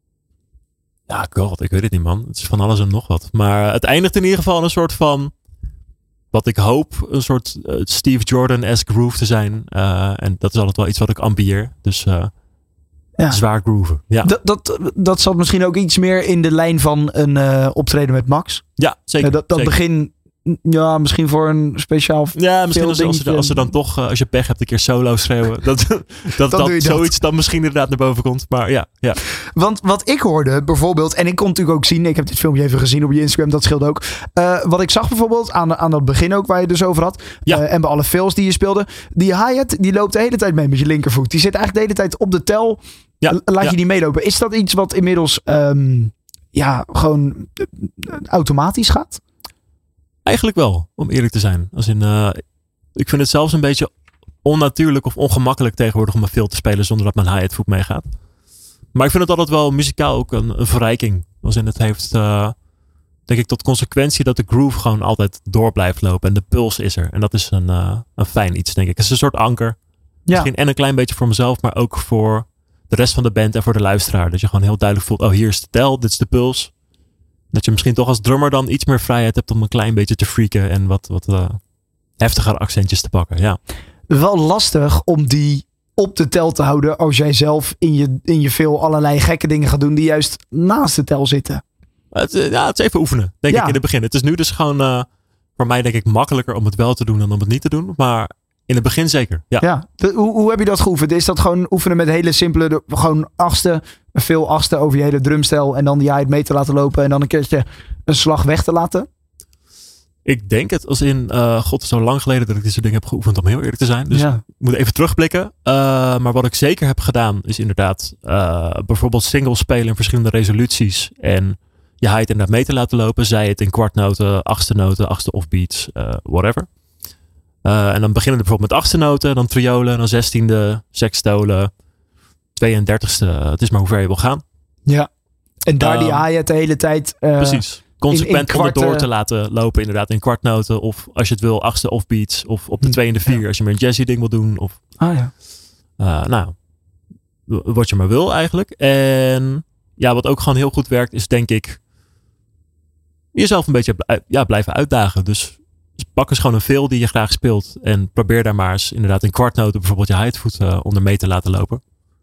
Ja, god, ik weet het niet, man. Het is van alles en nog wat. Maar het eindigt in ieder geval een soort van... Wat ik hoop, een soort uh, Steve Jordan-esque groove te zijn. Uh, en dat is altijd wel iets wat ik ambieer. Dus uh, Ja. zwaar grooven. Ja, Dat, dat, dat zat misschien ook iets meer in de lijn van een uh, optreden met Max. ja zeker. Uh, dat dat zeker. begin, ja, misschien voor een speciaal... Ja, misschien veel als, als, ze, dingetje. als ze dan toch, uh, als je pech hebt, een keer solo schreeuwen. Dat dat, doe je dat dat. zoiets dan misschien inderdaad naar boven komt. Maar ja, ja. Want wat ik hoorde bijvoorbeeld, en ik kon natuurlijk ook zien, ik heb dit filmpje even gezien op je Instagram, dat scheelt ook. Uh, wat ik zag bijvoorbeeld aan, aan dat begin ook, waar je het dus over had. Ja. Uh, en bij alle fills die je speelde. Die hi-hat, die loopt de hele tijd mee met je linkervoet. Die zit eigenlijk de hele tijd op de tel. Ja, L- Laat ja. je die meelopen. Is dat iets wat inmiddels um, ja, gewoon uh, automatisch gaat? Eigenlijk wel, om eerlijk te zijn. Als in, uh, ik vind het zelfs een beetje onnatuurlijk of ongemakkelijk tegenwoordig om een veel te spelen zonder dat mijn hi-hat voet meegaat. Maar ik vind het altijd wel muzikaal ook een, een verrijking. Als in het heeft, uh, denk ik, tot consequentie dat de groove gewoon altijd door blijft lopen. En de puls is er. En dat is een, uh, een fijn iets, denk ik. Het is een soort anker. Misschien en een klein beetje voor mezelf, maar ook voor de rest van de band en voor de luisteraar. Dat je gewoon heel duidelijk voelt, oh, hier is de tel, dit is de puls. Dat je misschien toch als drummer dan iets meer vrijheid hebt om een klein beetje te freaken en wat, wat uh, heftigere accentjes te pakken. Ja. Wel lastig om die op de tel te houden als jij zelf in je, in je veel allerlei gekke dingen gaat doen die juist naast de tel zitten. Het, uh, ja, het is even oefenen, denk Ja. ik in het begin. Het is nu dus gewoon uh, voor mij denk ik makkelijker om het wel te doen dan om het niet te doen. Maar in het begin zeker, ja. Ja. De, hoe, hoe heb je dat geoefend? Is dat gewoon oefenen met hele simpele, de, gewoon achtste, veel achtste over je hele drumstijl en dan die hi-hat mee te laten lopen en dan een keertje een slag weg te laten? Ik denk het als in, uh, god, het is zo lang geleden dat ik dit soort dingen heb geoefend om heel eerlijk te zijn. Dus Ja. ik moet even terugblikken. Uh, maar wat ik zeker heb gedaan is inderdaad uh, bijvoorbeeld singles spelen in verschillende resoluties. En je hi-hat inderdaad mee te laten lopen. Zij het in kwartnoten, achtste noten, achtste offbeats, uh, whatever. Uh, en dan beginnen we bijvoorbeeld met achtste noten, dan triolen, dan zestiende, sextolen, tweeëndertigste. Het is maar hoe ver je wil gaan. Ja. En daar die Um, hi-hat de hele tijd. Uh, Precies. Consequent in- in kwarten- onderdoor te laten lopen, inderdaad, in kwartnoten. Of als je het wil, achtste offbeats. Of op de Hm, twee en de vier, ja. als je meer een jazzy ding wil doen. Of, Ah ja. uh, nou, w- wat je maar wil eigenlijk. En ja, wat ook gewoon heel goed werkt, is denk ik jezelf een beetje bl- ja, blijven uitdagen. Dus, dus pak eens gewoon een fill die je graag speelt. En probeer daar maar eens inderdaad in kwartnoten bijvoorbeeld je hi-hat voet uh, onder mee te laten lopen.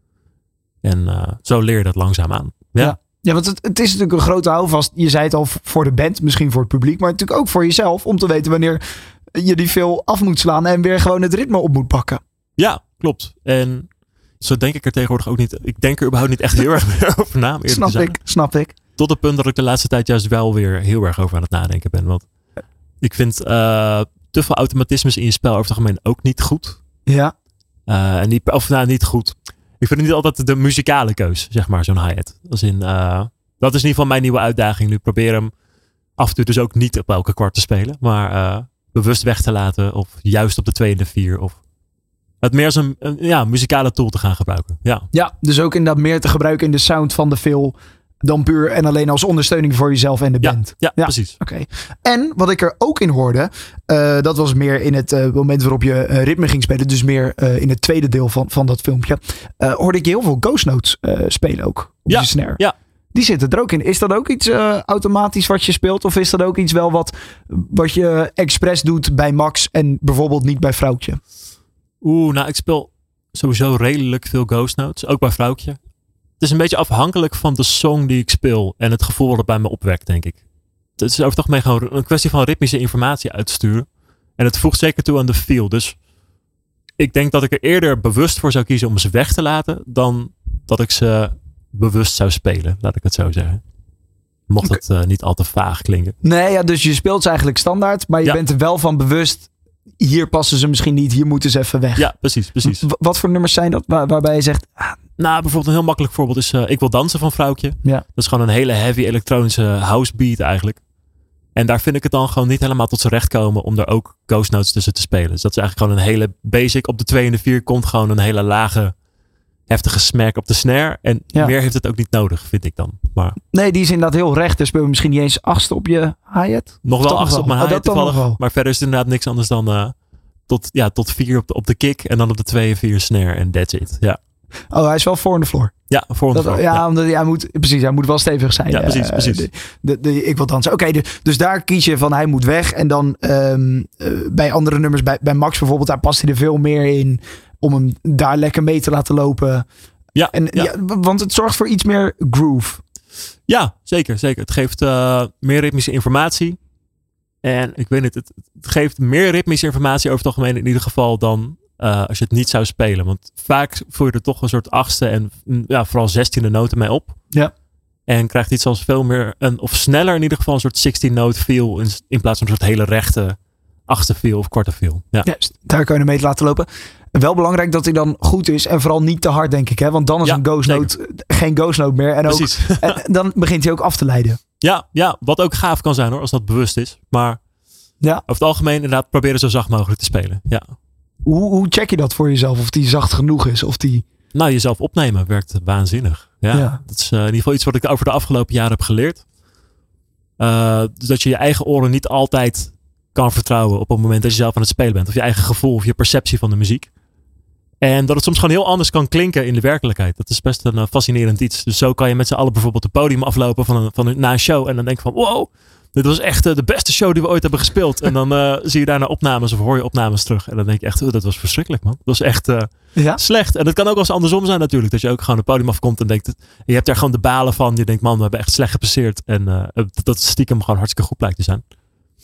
En uh, zo leer je dat langzaam aan. Ja. Ja. Ja, want het, het is natuurlijk een grote houvast. Je zei het al v- voor de band, misschien voor het publiek, maar natuurlijk ook voor jezelf. Om te weten wanneer je die veel af moet slaan en weer gewoon het ritme op moet pakken. Ja, klopt. En zo denk ik er tegenwoordig ook niet. Ik denk er überhaupt niet echt heel erg meer over na. om eerlijk te Snap zijn. ik, snap ik. Tot het punt dat ik de laatste tijd juist wel weer heel erg over aan het nadenken ben. Want ik vind uh, te veel automatismes in je spel over het algemeen ook niet goed. Ja, Uh, en niet, of nou, niet goed. Ik vind het niet altijd de muzikale keus, zeg maar, zo'n hi-hat. Als in, uh, dat is in ieder geval mijn nieuwe uitdaging. Nu probeer hem af en toe dus ook niet op elke kwart te spelen. Maar uh, bewust weg te laten. Of juist op de twee en de vier. Of het meer als een, een ja, muzikale tool te gaan gebruiken. Ja. ja, dus ook inderdaad meer te gebruiken in de sound van de fill dan puur en alleen als ondersteuning voor jezelf en de Ja, band. ja, Ja. precies. Oké. En wat ik er ook in hoorde, uh, dat was meer in het uh, moment waarop je uh, ritme ging spelen. Dus meer uh, in het tweede deel van, van dat filmpje. Uh, hoorde ik je heel veel ghost notes uh, spelen ook op Ja, je snare. ja. Die zitten er ook in. Is dat ook iets uh, automatisch wat je speelt? Of is dat ook iets wel wat, wat je expres doet bij Max en bijvoorbeeld niet bij Vrouwtje? Oeh, nou ik speel sowieso redelijk veel ghost notes. Ook bij Vrouwtje. Het is een beetje afhankelijk van de song die ik speel. En het gevoel wat het bij me opwekt, denk ik. Het is over het algemeen gewoon een kwestie van ritmische informatie uitsturen. En het voegt zeker toe aan de feel. Dus ik denk dat ik er eerder bewust voor zou kiezen om ze weg te laten. Dan dat ik ze bewust zou spelen. Laat ik het zo zeggen. Mocht het uh, niet al te vaag klinken. Nee, ja, dus je speelt ze eigenlijk standaard. Maar je Ja. bent er wel van bewust. Hier passen ze misschien niet. Hier moeten ze even weg. Ja, precies, precies. W- wat voor nummers zijn dat waar, waarbij je zegt... Ah, Nou, bijvoorbeeld een heel makkelijk voorbeeld is uh, Ik wil dansen van Vrouwtje. ja. Dat is gewoon een hele heavy elektronische house beat eigenlijk. En daar vind ik het dan gewoon niet helemaal tot zijn recht komen om er ook ghost notes tussen te spelen. Dus dat is eigenlijk gewoon een hele basic. Op de twee en de vier komt gewoon een hele lage, heftige smack op de snare. En Ja. meer heeft het ook niet nodig, vind ik dan. Maar Nee, die is inderdaad heel recht. Dus speel je misschien niet eens achtste op je hi-hat. nog Toch wel acht nog op mijn wel? Oh, hi-hat dat dan nog toevallig. wel. Maar verder is het inderdaad niks anders dan uh, tot, ja, tot vier op de, op de kick. En dan op de twee en vier snare. En that's it. Ja, Oh, hij is wel voor on the floor. ja voor Dat, ons. ja, Ja. omdat hij moet, precies, hij moet wel stevig zijn. Ja, precies, Eh, precies. De, de, de- ik wil dansen. Oké, de- dus daar kies je van hij moet weg. En dan ehm, eh, bij andere nummers, bij, bij Max bijvoorbeeld, daar past hij er veel meer in. Om hem daar lekker mee te laten lopen. Ja, En, ja. ja, want het zorgt voor iets meer groove. Ja, zeker, zeker. Het geeft uh, meer ritmische informatie. En ik weet niet, het, het geeft meer ritmische informatie over het algemeen in ieder geval dan uh, als je het niet zou spelen. Want vaak voer je er toch een soort achtste en mm, ja, vooral zestiende noten mee op. Ja. En krijgt iets als veel meer, een, of sneller in ieder geval, een soort zestien note feel in, in plaats van een soort hele rechte achtste feel of kwarte feel. Ja. Juist, daar kan je hem mee laten lopen. Wel belangrijk dat hij dan goed is en vooral niet te hard, denk ik. Hè? Want dan is Ja, een ghost zeker. note geen ghost note meer. En, ook, Precies. en dan begint hij ook af te leiden. Ja, ja, wat ook gaaf kan zijn hoor, als dat bewust is. Maar Ja. over het algemeen inderdaad proberen zo zacht mogelijk te spelen. Ja. Hoe, hoe check je dat voor jezelf? Of die zacht genoeg is? Of die... Nou, jezelf opnemen werkt waanzinnig. Ja, Ja. Dat is uh, in ieder geval iets wat ik over de afgelopen jaren heb geleerd. Uh, dus dat je je eigen oren niet altijd kan vertrouwen op het moment dat je zelf aan het spelen bent. Of je eigen gevoel of je perceptie van de muziek. En dat het soms gewoon heel anders kan klinken in de werkelijkheid. Dat is best een uh, fascinerend iets. Dus zo kan je met z'n allen bijvoorbeeld het podium aflopen van een, van een, na een show. En dan denk je van wow, dit was echt uh, de beste show die we ooit hebben gespeeld. En dan uh, zie je daarna opnames of hoor je opnames terug. En dan denk je echt, oh, dat was verschrikkelijk man. Dat was echt... Uh, Ja? slecht. En dat kan ook wel eens andersom zijn natuurlijk. Dat je ook gewoon het podium afkomt en denkt... Je hebt daar gewoon de balen van. Je denkt, man, we hebben echt slecht gepresteerd. En uh, dat het stiekem gewoon hartstikke goed blijkt te zijn.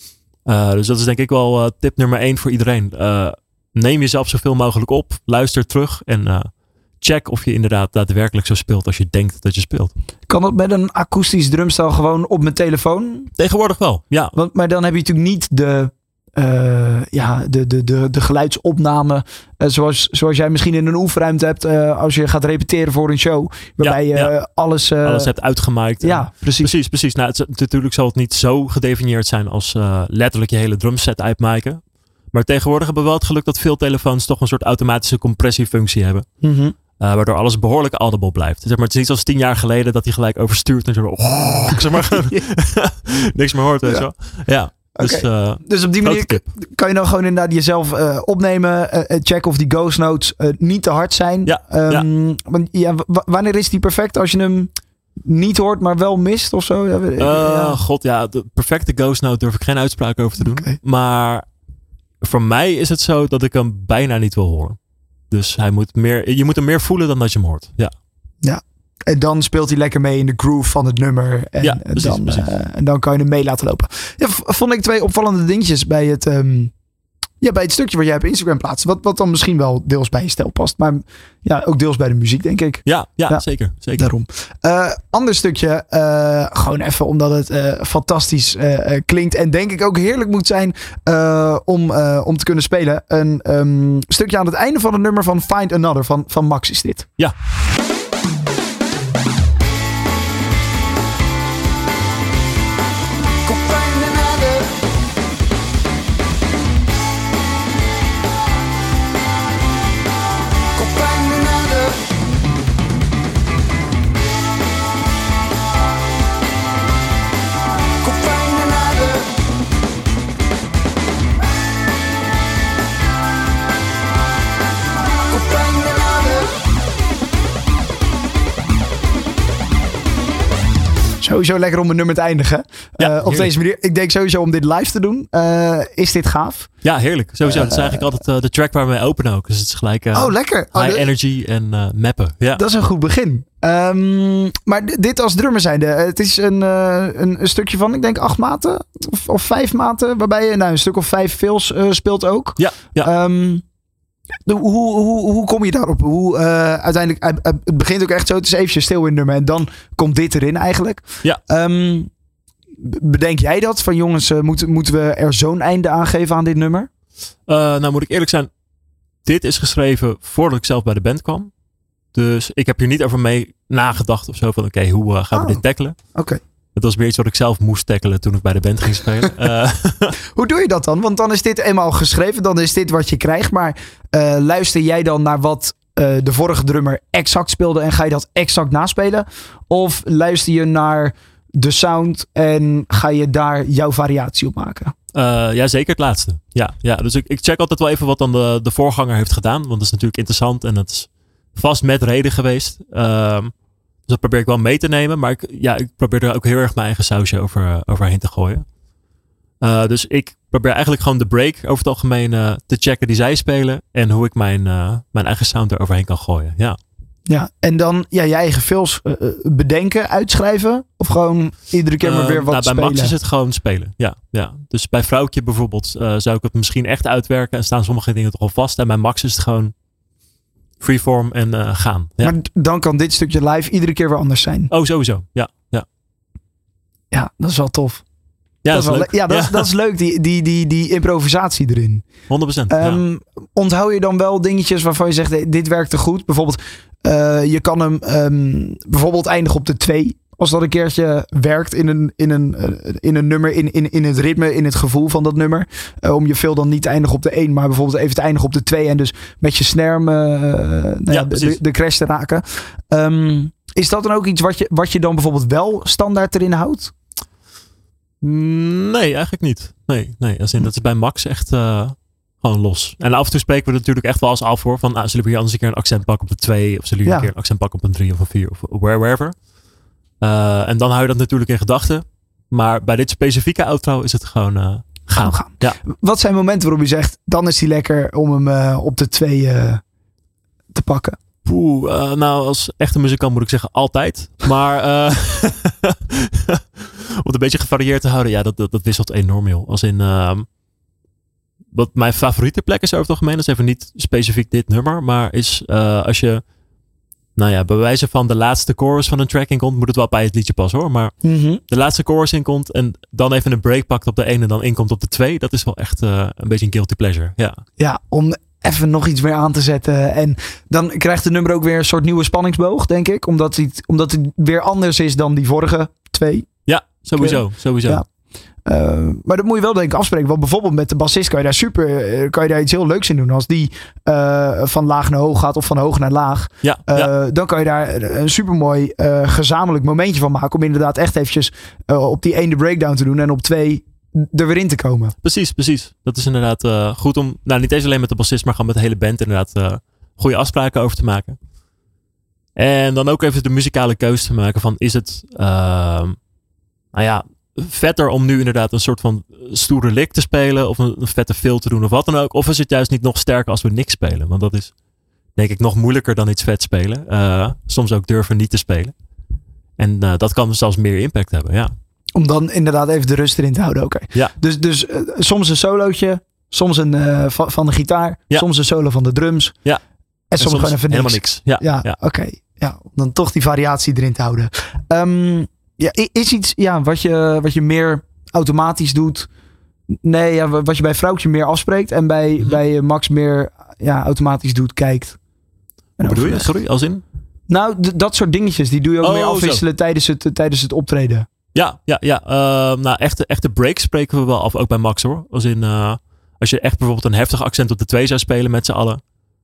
Uh, dus dat is denk ik wel uh, tip nummer één voor iedereen. Uh, neem jezelf zoveel mogelijk op. Luister terug. En uh, check of je inderdaad daadwerkelijk zo speelt als je denkt dat je speelt. Kan dat met een akoestisch drumstel gewoon op mijn telefoon? Tegenwoordig wel, ja. Want, maar dan heb je natuurlijk niet de... Uh, ja, de, de, de, de geluidsopname uh, zoals, zoals jij misschien in een oefenruimte hebt uh, als je gaat repeteren voor een show. Waarbij je ja, ja. alles... Uh, alles hebt uitgemaakt. Ja, precies. Precies, precies. Nou, het, natuurlijk zal het niet zo gedefinieerd zijn als uh, letterlijk je hele drumset uitmaken. Maar tegenwoordig hebben we wel het geluk dat veel telefoons toch een soort automatische compressiefunctie hebben. Mm-hmm. Uh, waardoor alles behoorlijk audible blijft. Zeg maar, het is niet zoals tien jaar geleden dat hij gelijk overstuurt en zo. Oh, zeg maar, niks meer hoort. Weet je wel. Ja. Dus, okay. uh, dus op die manier tip. kan je dan gewoon inderdaad jezelf uh, opnemen. Uh, checken of die ghost notes uh, niet te hard zijn. Ja, um, ja. Want, ja, w- wanneer is die perfect als je hem niet hoort, maar wel mist of zo? Ja, uh, ja. God, ja, de perfecte ghost note durf ik geen uitspraak over te doen. Okay. Maar voor mij is het zo dat ik hem bijna niet wil horen. Dus hij moet meer, je moet hem meer voelen dan dat je hem hoort. Ja. Ja. En dan speelt hij lekker mee in de groove van het nummer. En, ja, precies, dan, precies. Uh, en dan kan je hem mee laten lopen. Ja, v- vond ik twee opvallende dingetjes bij het, um, ja, bij het stukje wat jij op Instagram plaatst. Wat, wat dan misschien wel deels bij je stijl past. Maar ja, ook deels bij de muziek, denk ik. Ja, ja, ja zeker, zeker. Daarom. Uh, ander stukje. Uh, gewoon even omdat het uh, fantastisch uh, klinkt. En denk ik ook heerlijk moet zijn uh, om, uh, om te kunnen spelen. Een um, stukje aan het einde van het nummer van Find Another van, van Max is dit. Ja. Sowieso lekker om een nummer te eindigen. Ja, uh, op deze manier. Ik denk sowieso om dit live te doen. Uh, is dit gaaf? Ja, heerlijk. Sowieso. Uh, dat is eigenlijk altijd uh, de track waar we mee openen ook. Dus het is gelijk uh, oh, lekker. high oh, de... energy en uh, mappen. Ja. Dat is een goed begin. Um, maar d- dit als drummer zijnde. Het is een, uh, een, een stukje van, ik denk, acht maten. Of, of vijf maten. Waarbij je nou, een stuk of vijf fills uh, speelt ook. Ja, ja. Um, de, hoe, hoe, hoe kom je daarop? Hoe, uh, uiteindelijk, uh, uh, het begint ook echt zo. Het is eventjes stil in het nummer. En dan komt dit erin eigenlijk. Ja. Um, bedenk jij dat? Van jongens, uh, moeten, moeten we er zo'n einde aan geven aan dit nummer? Uh, nou moet ik eerlijk zijn. Dit is geschreven voordat ik zelf bij de band kwam. Dus ik heb hier niet over mee nagedacht of zo. Van oké, okay, hoe uh, gaan oh. we dit tackelen? Oké. Okay. Het was meer iets wat ik zelf moest tackelen toen ik bij de band ging spelen. uh, Hoe doe je dat dan? Want dan is dit eenmaal geschreven. Dan is dit wat je krijgt. Maar uh, luister jij dan naar wat uh, de vorige drummer exact speelde en ga je dat exact naspelen? Of luister je naar de sound en ga je daar jouw variatie op maken? Uh, ja, zeker het laatste. Ja, ja. Dus ik, ik check altijd wel even wat dan de, de voorganger heeft gedaan. Want dat is natuurlijk interessant en dat is vast met reden geweest. Uh, dus dat probeer ik wel mee te nemen. Maar ik, ja, ik probeer er ook heel erg mijn eigen sausje over, overheen te gooien. Uh, dus ik probeer eigenlijk gewoon de break over het algemeen uh, te checken die zij spelen. En hoe ik mijn, uh, mijn eigen sound er overheen kan gooien. Ja. Ja, en dan ja, je eigen fills uh, bedenken, uitschrijven? Of gewoon iedere keer maar weer wat uh, nou, bij spelen? Bij Max is het gewoon spelen, ja. ja. Dus bij Vrouwtje bijvoorbeeld uh, zou ik het misschien echt uitwerken. En staan sommige dingen toch al vast. En bij Max is het gewoon freeform en uh, gaan. Ja. Maar dan kan dit stukje live iedere keer weer anders zijn? Oh, sowieso, ja. Ja, ja dat is wel tof. Ja, dat, dat is wel leuk. Le- ja, dat, ja. Is, dat is leuk, die, die, die, die improvisatie erin. honderd procent. Um, ja. Onthoud je dan wel dingetjes waarvan je zegt, dit werkte goed? Bijvoorbeeld, uh, je kan hem um, bijvoorbeeld eindigen op de twee. Als dat een keertje werkt in een, in een, uh, in een nummer, in, in, in het ritme, in het gevoel van dat nummer. Uh, om je veel dan niet te eindigen op de één, maar bijvoorbeeld even te eindigen op de twee. En dus met je snare uh, nou ja, ja, de, de crash te raken. Um, is dat dan ook iets wat je, wat je dan bijvoorbeeld wel standaard erin houdt? Nee, eigenlijk niet. Nee, nee. Als in, dat is bij Max echt uh, gewoon los. En af en toe spreken we natuurlijk echt wel eens af voor. Van, ah, zullen we hier anders een keer een accent pakken op de twee? Of zullen we ja. een keer een accent pakken op een drie of een vier? Of wherever. Uh, en dan hou je dat natuurlijk in gedachten. Maar bij dit specifieke outro is het gewoon uh, gaan. gaan. Ja. Wat zijn momenten waarop je zegt, dan is hij lekker om hem uh, op de twee uh, te pakken? Poeh, uh, nou als echte muzikant moet ik zeggen altijd. Maar uh, het een beetje gevarieerd te houden. Ja, dat, dat, dat wisselt enorm, joh. Als in... Uh, wat mijn favoriete plek is over het algemeen. Dat is even niet specifiek dit nummer. Maar is uh, als je... Nou ja, bij wijze van de laatste chorus van een track inkomt, moet het wel bij het liedje passen hoor. Maar Mm-hmm. de laatste chorus inkomt en dan even een break pakt op de ene en dan inkomt op de twee. Dat is wel echt uh, een beetje een guilty pleasure. Ja. Ja, om even nog iets meer aan te zetten. En dan krijgt het nummer ook weer een soort nieuwe spanningsboog, denk ik. Omdat het, omdat het weer anders is dan die vorige twee. Ja, sowieso. sowieso. Ja. Uh, maar dat moet je wel denk ik afspreken. Want bijvoorbeeld met de bassist kan je daar super, uh, kan je daar iets heel leuks in doen. Als die uh, van laag naar hoog gaat of van hoog naar laag. Ja, uh, ja. Dan kan je daar een supermooi uh, gezamenlijk momentje van maken. Om inderdaad echt eventjes uh, op die ene breakdown te doen. En op twee er weer in te komen. Precies, precies. Dat is inderdaad uh, goed om, nou niet eens alleen met de bassist, maar gewoon met de hele band inderdaad uh, goede afspraken over te maken. En dan ook even de muzikale keuze te maken van is het, uh, nou ja, vetter om nu inderdaad een soort van stoere lick te spelen of een, een vette fill te doen of wat dan ook. Of is het juist niet nog sterker als we niks spelen? Want dat is denk ik nog moeilijker dan iets vet spelen. Uh, soms ook durven niet te spelen. En uh, dat kan zelfs meer impact hebben, ja. Om dan inderdaad even de rust erin te houden. Oké. Okay. Ja. Dus, dus uh, soms een solootje, soms een uh, van, van de gitaar, ja. soms een solo van de drums. Ja. En, en soms, soms gewoon even niks. Helemaal niks. Ja, ja, ja. oké. Okay. Ja, om dan toch die variatie erin te houden. Um, ja, is iets ja, wat, je, wat je meer automatisch doet. Nee, ja, wat je bij Vrouwtje meer afspreekt. En bij, mm-hmm. bij Max meer ja, automatisch doet, kijkt. Wat bedoel je? Sorry, als in? Nou, d- dat soort dingetjes. Die doe je ook oh, meer afwisselen tijdens het, uh, tijdens het optreden. Ja, ja, ja. Uh, nou, echte, echte breaks spreken we wel af. Ook bij Max hoor. Als in, uh, als je echt bijvoorbeeld een heftig accent op de twee zou spelen met z'n allen.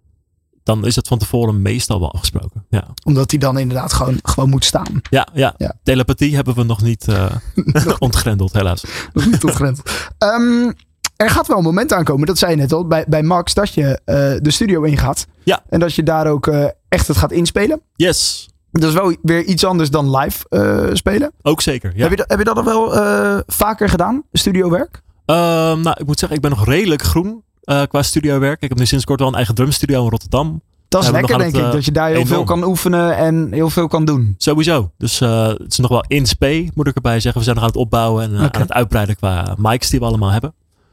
Dan is het van tevoren meestal wel afgesproken. Ja. Omdat hij dan inderdaad gewoon, gewoon moet staan. Ja, ja, ja. Telepathie hebben we nog niet uh, ontgrendeld, helaas. Nog niet ontgrendeld. Um, er gaat wel een moment aankomen, dat zei je net al, bij, bij Max, dat je uh, de studio ingaat. Ja. En dat je daar ook uh, echt het gaat inspelen. Yes. Dat is wel weer iets anders dan live uh, spelen. Ook zeker, ja. Heb je dat, heb je dat al wel uh, vaker gedaan, studiowerk? Uh, nou, ik moet zeggen, ik ben nog redelijk groen. Uh, qua studiowerk. Ik heb nu sinds kort wel een eigen drumstudio in Rotterdam. Dat is lekker denk het, ik. Uh, dat je daar heel enorm. veel kan oefenen en heel veel kan doen. Sowieso. Dus uh, het is nog wel in spe, moet ik erbij zeggen. We zijn nog aan het opbouwen en uh, okay. aan het uitbreiden qua mics die we allemaal hebben.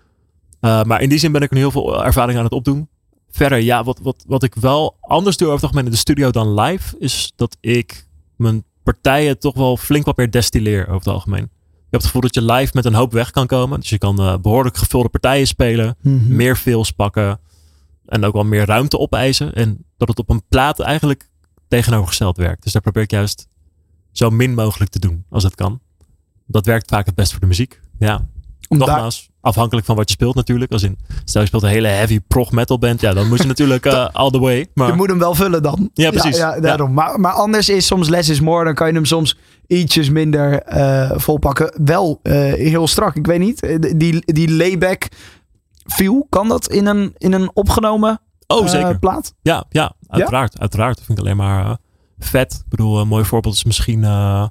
Uh, maar in die zin ben ik nu heel veel ervaring aan het opdoen. Verder, ja, wat, wat, wat ik wel anders doe over het algemeen in de studio dan live, is dat ik mijn partijen toch wel flink wat meer destilleer over het algemeen. Je hebt het gevoel dat je live met een hoop weg kan komen. Dus je kan uh, behoorlijk gevulde partijen spelen. Mm-hmm. Meer fills pakken. En ook wel meer ruimte opeisen. En dat het op een plaat eigenlijk tegenovergesteld werkt. Dus daar probeer ik juist zo min mogelijk te doen als het kan. Dat werkt vaak het best voor de muziek. Ja. Nogmaals, daar... afhankelijk van wat je speelt natuurlijk. Als in, stel je speelt een hele heavy prog metal band. Ja, dan moet je natuurlijk uh, all the way. Maar... Je moet hem wel vullen dan. Ja, precies. Ja, ja, daarom. Ja. Maar, maar anders is soms less is more. Dan kan je hem soms ietsjes minder uh, volpakken. Wel uh, heel strak. Ik weet niet. Die, die layback feel, kan dat in een, in een opgenomen oh, zeker. Uh, plaat? Ja, ja, uiteraard. Ja? Uiteraard. Dat vind ik alleen maar uh, vet. Ik bedoel, een mooi voorbeeld is misschien... Uh...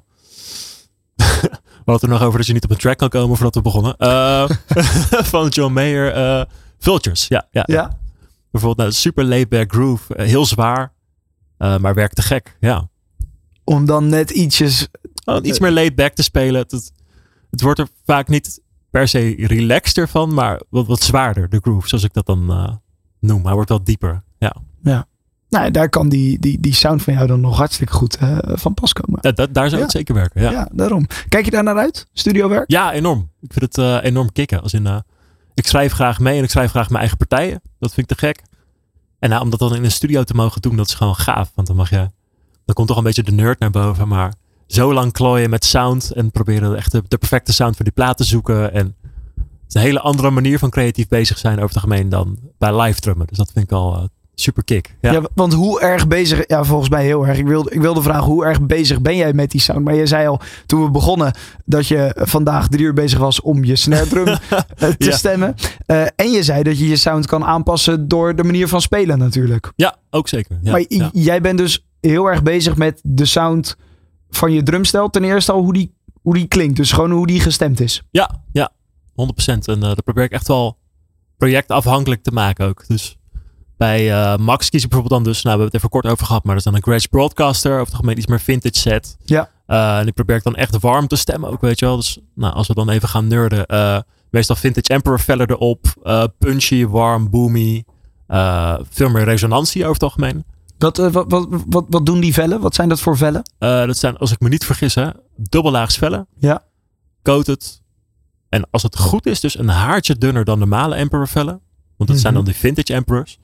We hadden er nog over dat je niet op een track kan komen voordat we begonnen. Uh, van John Mayer. Uh, Vultures. Ja, ja, ja. ja. Bijvoorbeeld nou, super laid-back groove. Uh, heel zwaar. Uh, maar werkt te gek. Ja. Om dan net ietsjes... Oh, iets meer laid-back te spelen. Het, het, het wordt er vaak niet per se relaxter van. Maar wat, wat zwaarder. De groove. Zoals ik dat dan uh, noem. Hij wordt wel dieper. Ja. Ja. Nou, daar kan die, die, die sound van jou dan nog hartstikke goed uh, van pas komen. Da, da, daar zou ja. het zeker werken. Ja. ja, daarom. Kijk je daar naar uit? Studiowerk? Ja, enorm. Ik vind het uh, enorm kicken. Als in, uh, ik schrijf graag mee en ik schrijf graag mijn eigen partijen. Dat vind ik te gek. En nou, om dat dan in een studio te mogen doen, dat is gewoon gaaf. Want dan mag je, dan komt toch een beetje de nerd naar boven. Maar zo lang klooien met sound en proberen echt de, de perfecte sound voor die plaat te zoeken. En het is een hele andere manier van creatief bezig zijn over het algemeen dan bij live drummen. Dus dat vind ik al... Uh, super kick. Ja. ja, want hoe erg bezig... Ja, volgens mij heel erg. Ik wilde, ik wilde vragen, hoe erg bezig ben jij met die sound? Maar je zei al, toen we begonnen, dat je vandaag drie uur bezig was om je snare drum te ja. stemmen. Uh, en je zei dat je je sound kan aanpassen door de manier van spelen natuurlijk. Ja, ook zeker. Ja, maar ja. jij bent dus heel erg bezig met de sound van je drumstel. Ten eerste al hoe die, hoe die klinkt. Dus gewoon hoe die gestemd is. Ja, ja. honderd procent. En uh, dat probeer ik echt wel projectafhankelijk te maken ook. Dus... Bij uh, Max kies ik bijvoorbeeld dan dus, nou we hebben het even kort over gehad, maar dat is dan een Gretsch Broadcaster, over het algemeen iets meer vintage set. Ja. Uh, en die probeer ik dan echt warm te stemmen ook, weet je wel. Dus nou, als we dan even gaan nerden, uh, meestal vintage Emperor vellen erop, uh, punchy, warm, boomy, uh, veel meer resonantie over het algemeen. Wat, uh, wat, wat, wat, wat doen die vellen? Wat zijn dat voor vellen? Uh, dat zijn, als ik me niet vergis, hè, dubbellaags vellen. Ja. Coated. En als het goed is, dus een haartje dunner dan normale Emperor vellen. Want dat mm-hmm. zijn dan die vintage Emperors.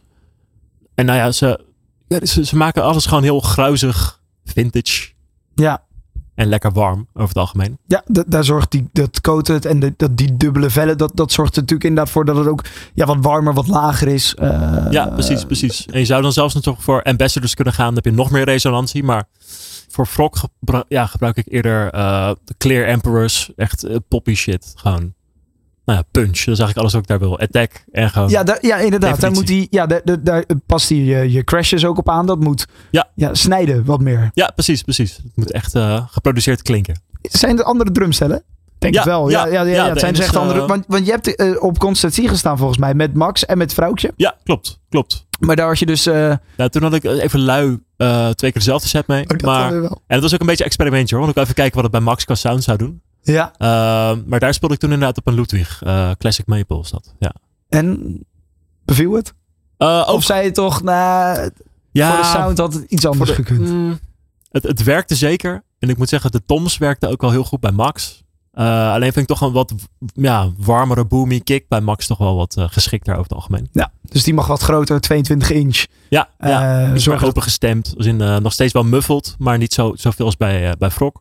En nou ja, ze, ja ze, ze maken alles gewoon heel gruizig, vintage. Ja. En lekker warm, over het algemeen. Ja, d- daar zorgt die, dat coated en de, dat, die dubbele vellen, dat, dat zorgt er natuurlijk inderdaad voor dat het ook ja, wat warmer, wat lager is. Uh, ja, precies, precies. En je zou dan zelfs nog voor ambassadors kunnen gaan, dan heb je nog meer resonantie. Maar voor Frog gebru- ja, gebruik ik eerder uh, de Clear Emperors. Echt uh, poppy shit. Gewoon, nou ja, punch. Dat is eigenlijk alles wat ik daar wil. Attack en gewoon Ja, daar, ja inderdaad. Daar, moet die, ja, daar, daar, daar past die, je, je crashes ook op aan. Dat moet ja. Ja, snijden wat meer. Ja, precies, precies. Het moet echt uh, geproduceerd klinken. Zijn er andere drumstellen? Denk ja, het wel. Ja, ja, ja, ja, ja, het zijn dus echt uh, andere. Want, want je hebt uh, op Constantie gestaan volgens mij met Max en met Vrouwtje. Ja, klopt, klopt. Maar daar had je dus... Uh... Ja, toen had ik even lui uh, twee keer dezelfde set mee. Oh, maar, en het was ook een beetje een experimentje hoor. Want ik wil even kijken wat het bij Max qua sound zou doen. Ja. Uh, maar daar speelde ik toen inderdaad op een Ludwig. Uh, Classic Maple is dat. Ja. En beviel het? Uh, of zei je toch, nou, ja, voor de sound had het iets anders de, gekund? Mm, het, het werkte zeker. En ik moet zeggen, de toms werkten ook wel heel goed bij Max. Uh, alleen vind ik toch een wat ja, warmere boomy kick bij Max toch wel wat uh, geschikter over het algemeen. Ja, dus die mag wat groter, tweeëntwintig inch. Ja, ja uh, dus maar open gestemd. Dus in, uh, nog steeds wel muffled, maar niet zo, zoveel als bij, uh, bij Frog.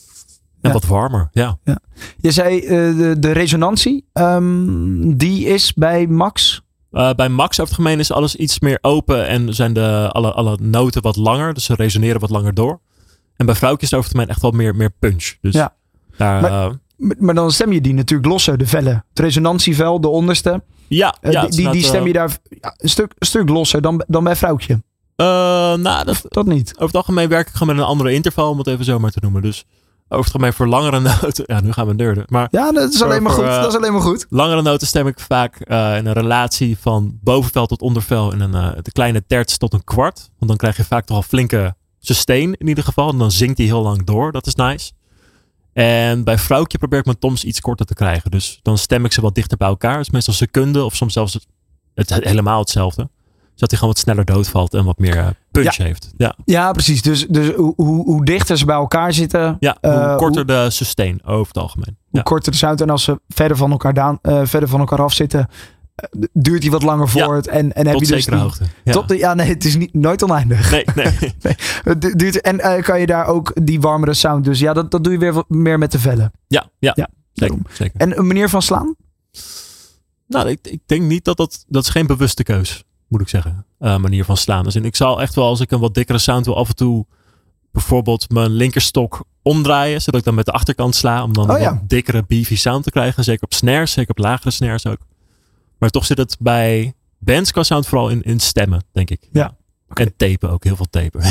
En ja. wat warmer, ja. ja. Je zei uh, de, de resonantie, um, die is bij Max? Uh, bij Max over het algemeen is alles iets meer open en zijn de, alle, alle noten wat langer. Dus ze resoneren wat langer door. En bij Vrouwtje is het over het algemeen echt wel meer, meer punch. Dus ja. daar, maar, uh, maar dan stem je die natuurlijk losser, de vellen. Het resonantievel, de onderste. Ja, uh, ja die, die, die stem je daar ja, een, stuk, een stuk losser dan, dan bij Vrouwtje. Uh, nou, dat, dat niet. Over het algemeen werk ik gewoon met een andere interval, om het even zo maar te noemen. Dus over het algemeen voor langere noten. Ja, nu gaan we nerden. Maar ja, dat is voor, alleen maar voor, goed. Uh, dat is alleen maar goed. Langere noten stem ik vaak uh, in een relatie van bovenvel tot ondervel. In een uh, de kleine terts tot een kwart. Want dan krijg je vaak toch al flinke sustain in ieder geval. En dan zingt hij heel lang door. Dat is nice. En bij Vrouwtje probeer ik mijn toms iets korter te krijgen. Dus dan stem ik ze wat dichter bij elkaar. Dus meestal seconden of soms zelfs het, het, helemaal hetzelfde. Zodat hij gewoon wat sneller doodvalt en wat meer uh, punch ja. heeft. Ja, ja precies. Dus, dus hoe, hoe dichter ze bij elkaar zitten. Ja, hoe uh, korter hoe, de sustain over het algemeen. Hoe ja. korter de sound. En als ze verder van elkaar, daan, uh, verder van elkaar af zitten, uh, duurt hij wat langer voort. Ja, en, en heb tot je dus zekere die, hoogte. Ja. Tot de, ja, nee, het is niet, nooit oneindig. Nee, nee. nee. Duurt, en uh, kan je daar ook die warmere sound. Dus ja, dat, dat doe je weer wat meer met de vellen. Ja, ja, ja zeker, zeker. En een manier van slaan? Nou, ik, ik denk niet dat dat... Dat is geen bewuste keus. Moet ik zeggen, uh, manier van slaan. Dus ik zal echt wel, als ik een wat dikkere sound wil, af en toe bijvoorbeeld mijn linkerstok omdraaien, zodat ik dan met de achterkant sla, om dan oh, een ja. wat dikkere beefy sound te krijgen. Zeker op snares, zeker op lagere snares ook. Maar toch zit het bij bands qua sound vooral in, in stemmen, denk ik. Ja. Okay. En tapen ook, heel veel tapen.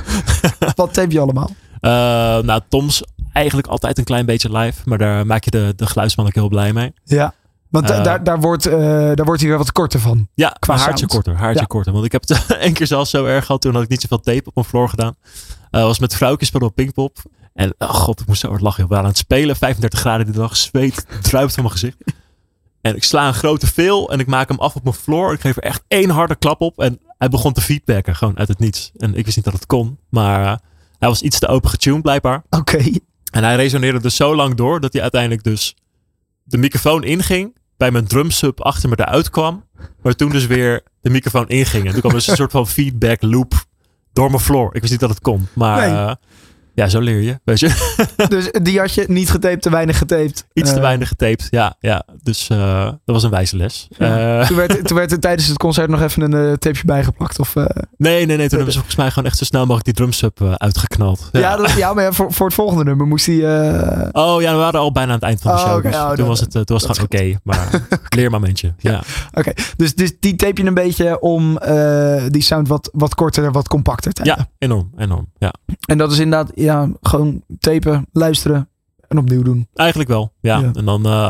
Wat tape je allemaal? Uh, nou, Toms eigenlijk altijd een klein beetje live, maar daar maak je de, de geluidsman ook heel blij mee. Ja. Want uh, daar, daar, wordt, uh, daar wordt hij weer wat korter van. Ja, qua haartje sound. korter. Haartje ja. korter. Want ik heb het één keer zelfs zo erg gehad. Toen had ik niet zoveel tape op mijn floor gedaan. Uh, was met Vrouwtjes spelen op Pinkpop. En oh god, ik moest zo hard lachen. We waren aan het spelen. vijfendertig graden die dag. Zweet druipt van mijn gezicht. En ik sla een grote veel. En ik maak hem af op mijn floor. Ik geef er echt één harde klap op. En hij begon te feedbacken. Gewoon uit het niets. En ik wist niet dat het kon. Maar uh, hij was iets te open getuned blijkbaar. Oké. Okay. En hij resoneerde dus zo lang door. Dat hij uiteindelijk dus de microfoon inging. Bij mijn drumsub achter me eruit kwam. Maar toen dus weer de microfoon inging. En toen kwam dus een soort van feedback loop door mijn floor. Ik wist niet dat het kon. Maar nee. uh, ja, zo leer je. Weet je. Dus die had je niet getaped, te weinig getaped. Iets uh, te weinig getaped, ja. ja. Dus uh, dat was een wijze les. Ja. Uh, toen, werd, toen werd er tijdens het concert nog even een uh, tapeje bijgeplakt? Of, uh, nee, nee, nee. Toen hebben ze volgens mij gewoon echt zo snel mogelijk die drumsub uh, uitgeknald. Ja, ja, dat, ja maar ja, voor, voor het volgende nummer moest hij... Uh... Oh ja, we waren al bijna aan het eind van de oh, show. okay, dus oh, toen, dat, was het, uh, toen was het gewoon oké. Okay, maar leermomentje. Ja. ja. Oké, okay. dus, dus die tape je een beetje om uh, die sound wat, wat korter en wat compacter te hebben. Ja, enorm, enorm. Ja. En dat is inderdaad ja, gewoon tapen, luisteren en opnieuw doen. Eigenlijk wel, ja. ja. En dan uh,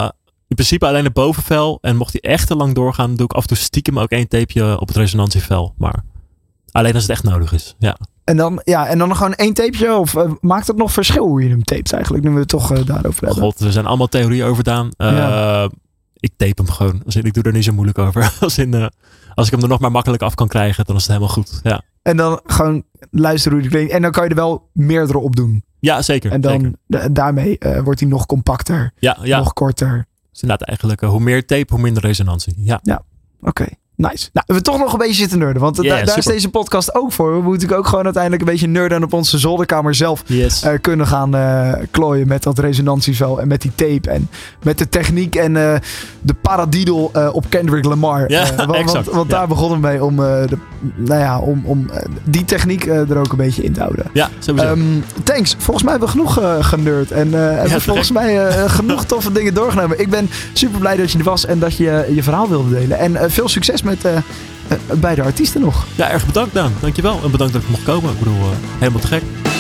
in principe alleen het bovenvel. En mocht hij echt te lang doorgaan, doe ik af en toe stiekem ook één tapeje op het resonantievel. Maar alleen als het echt nodig is. Ja. En dan, ja, en dan nog gewoon één tapeje? Of uh, maakt het nog verschil hoe je hem tapet eigenlijk? Nu we het toch uh, daarover hebben. God, er zijn allemaal theorieën over gedaan. Uh, ja. Ik tape hem gewoon. Als in, ik doe er niet zo moeilijk over. Als, in, uh, als ik hem er nog maar makkelijk af kan krijgen, dan is het helemaal goed. Ja. En dan gewoon luisteren hoe die klinkt. En dan kan je er wel meerdere op doen. Ja, zeker. En dan zeker. D- daarmee uh, wordt hij nog compacter. Ja, ja. Nog korter. Dus inderdaad eigenlijk, uh, hoe meer tape, hoe minder resonantie. Ja, ja. Oké. Okay. Nice. Nou, we hebben toch nog een beetje zitten nerden. Want yeah, da- daar is deze podcast ook voor. We moeten ook gewoon uiteindelijk een beetje nerden en op onze zolderkamer zelf yes. uh, kunnen gaan uh, klooien met dat resonantievel en met die tape en met de techniek en uh, de paradiddle uh, op Kendrick Lamar. Ja, uh, want exact. want, want ja. daar begonnen we mee om, uh, de, nou ja, om, om uh, die techniek uh, er ook een beetje in te houden. Ja, sowieso. Um, thanks. Volgens mij hebben we genoeg uh, generd en uh, ja, hebben we volgens mij uh, genoeg toffe dingen doorgenomen. Ik ben super blij dat je er was en dat je uh, je verhaal wilde delen. En uh, veel succes met uh, uh, beide artiesten nog. Ja, erg bedankt Daan. Dankjewel. En bedankt dat ik mocht komen. Ik bedoel, uh, helemaal te gek.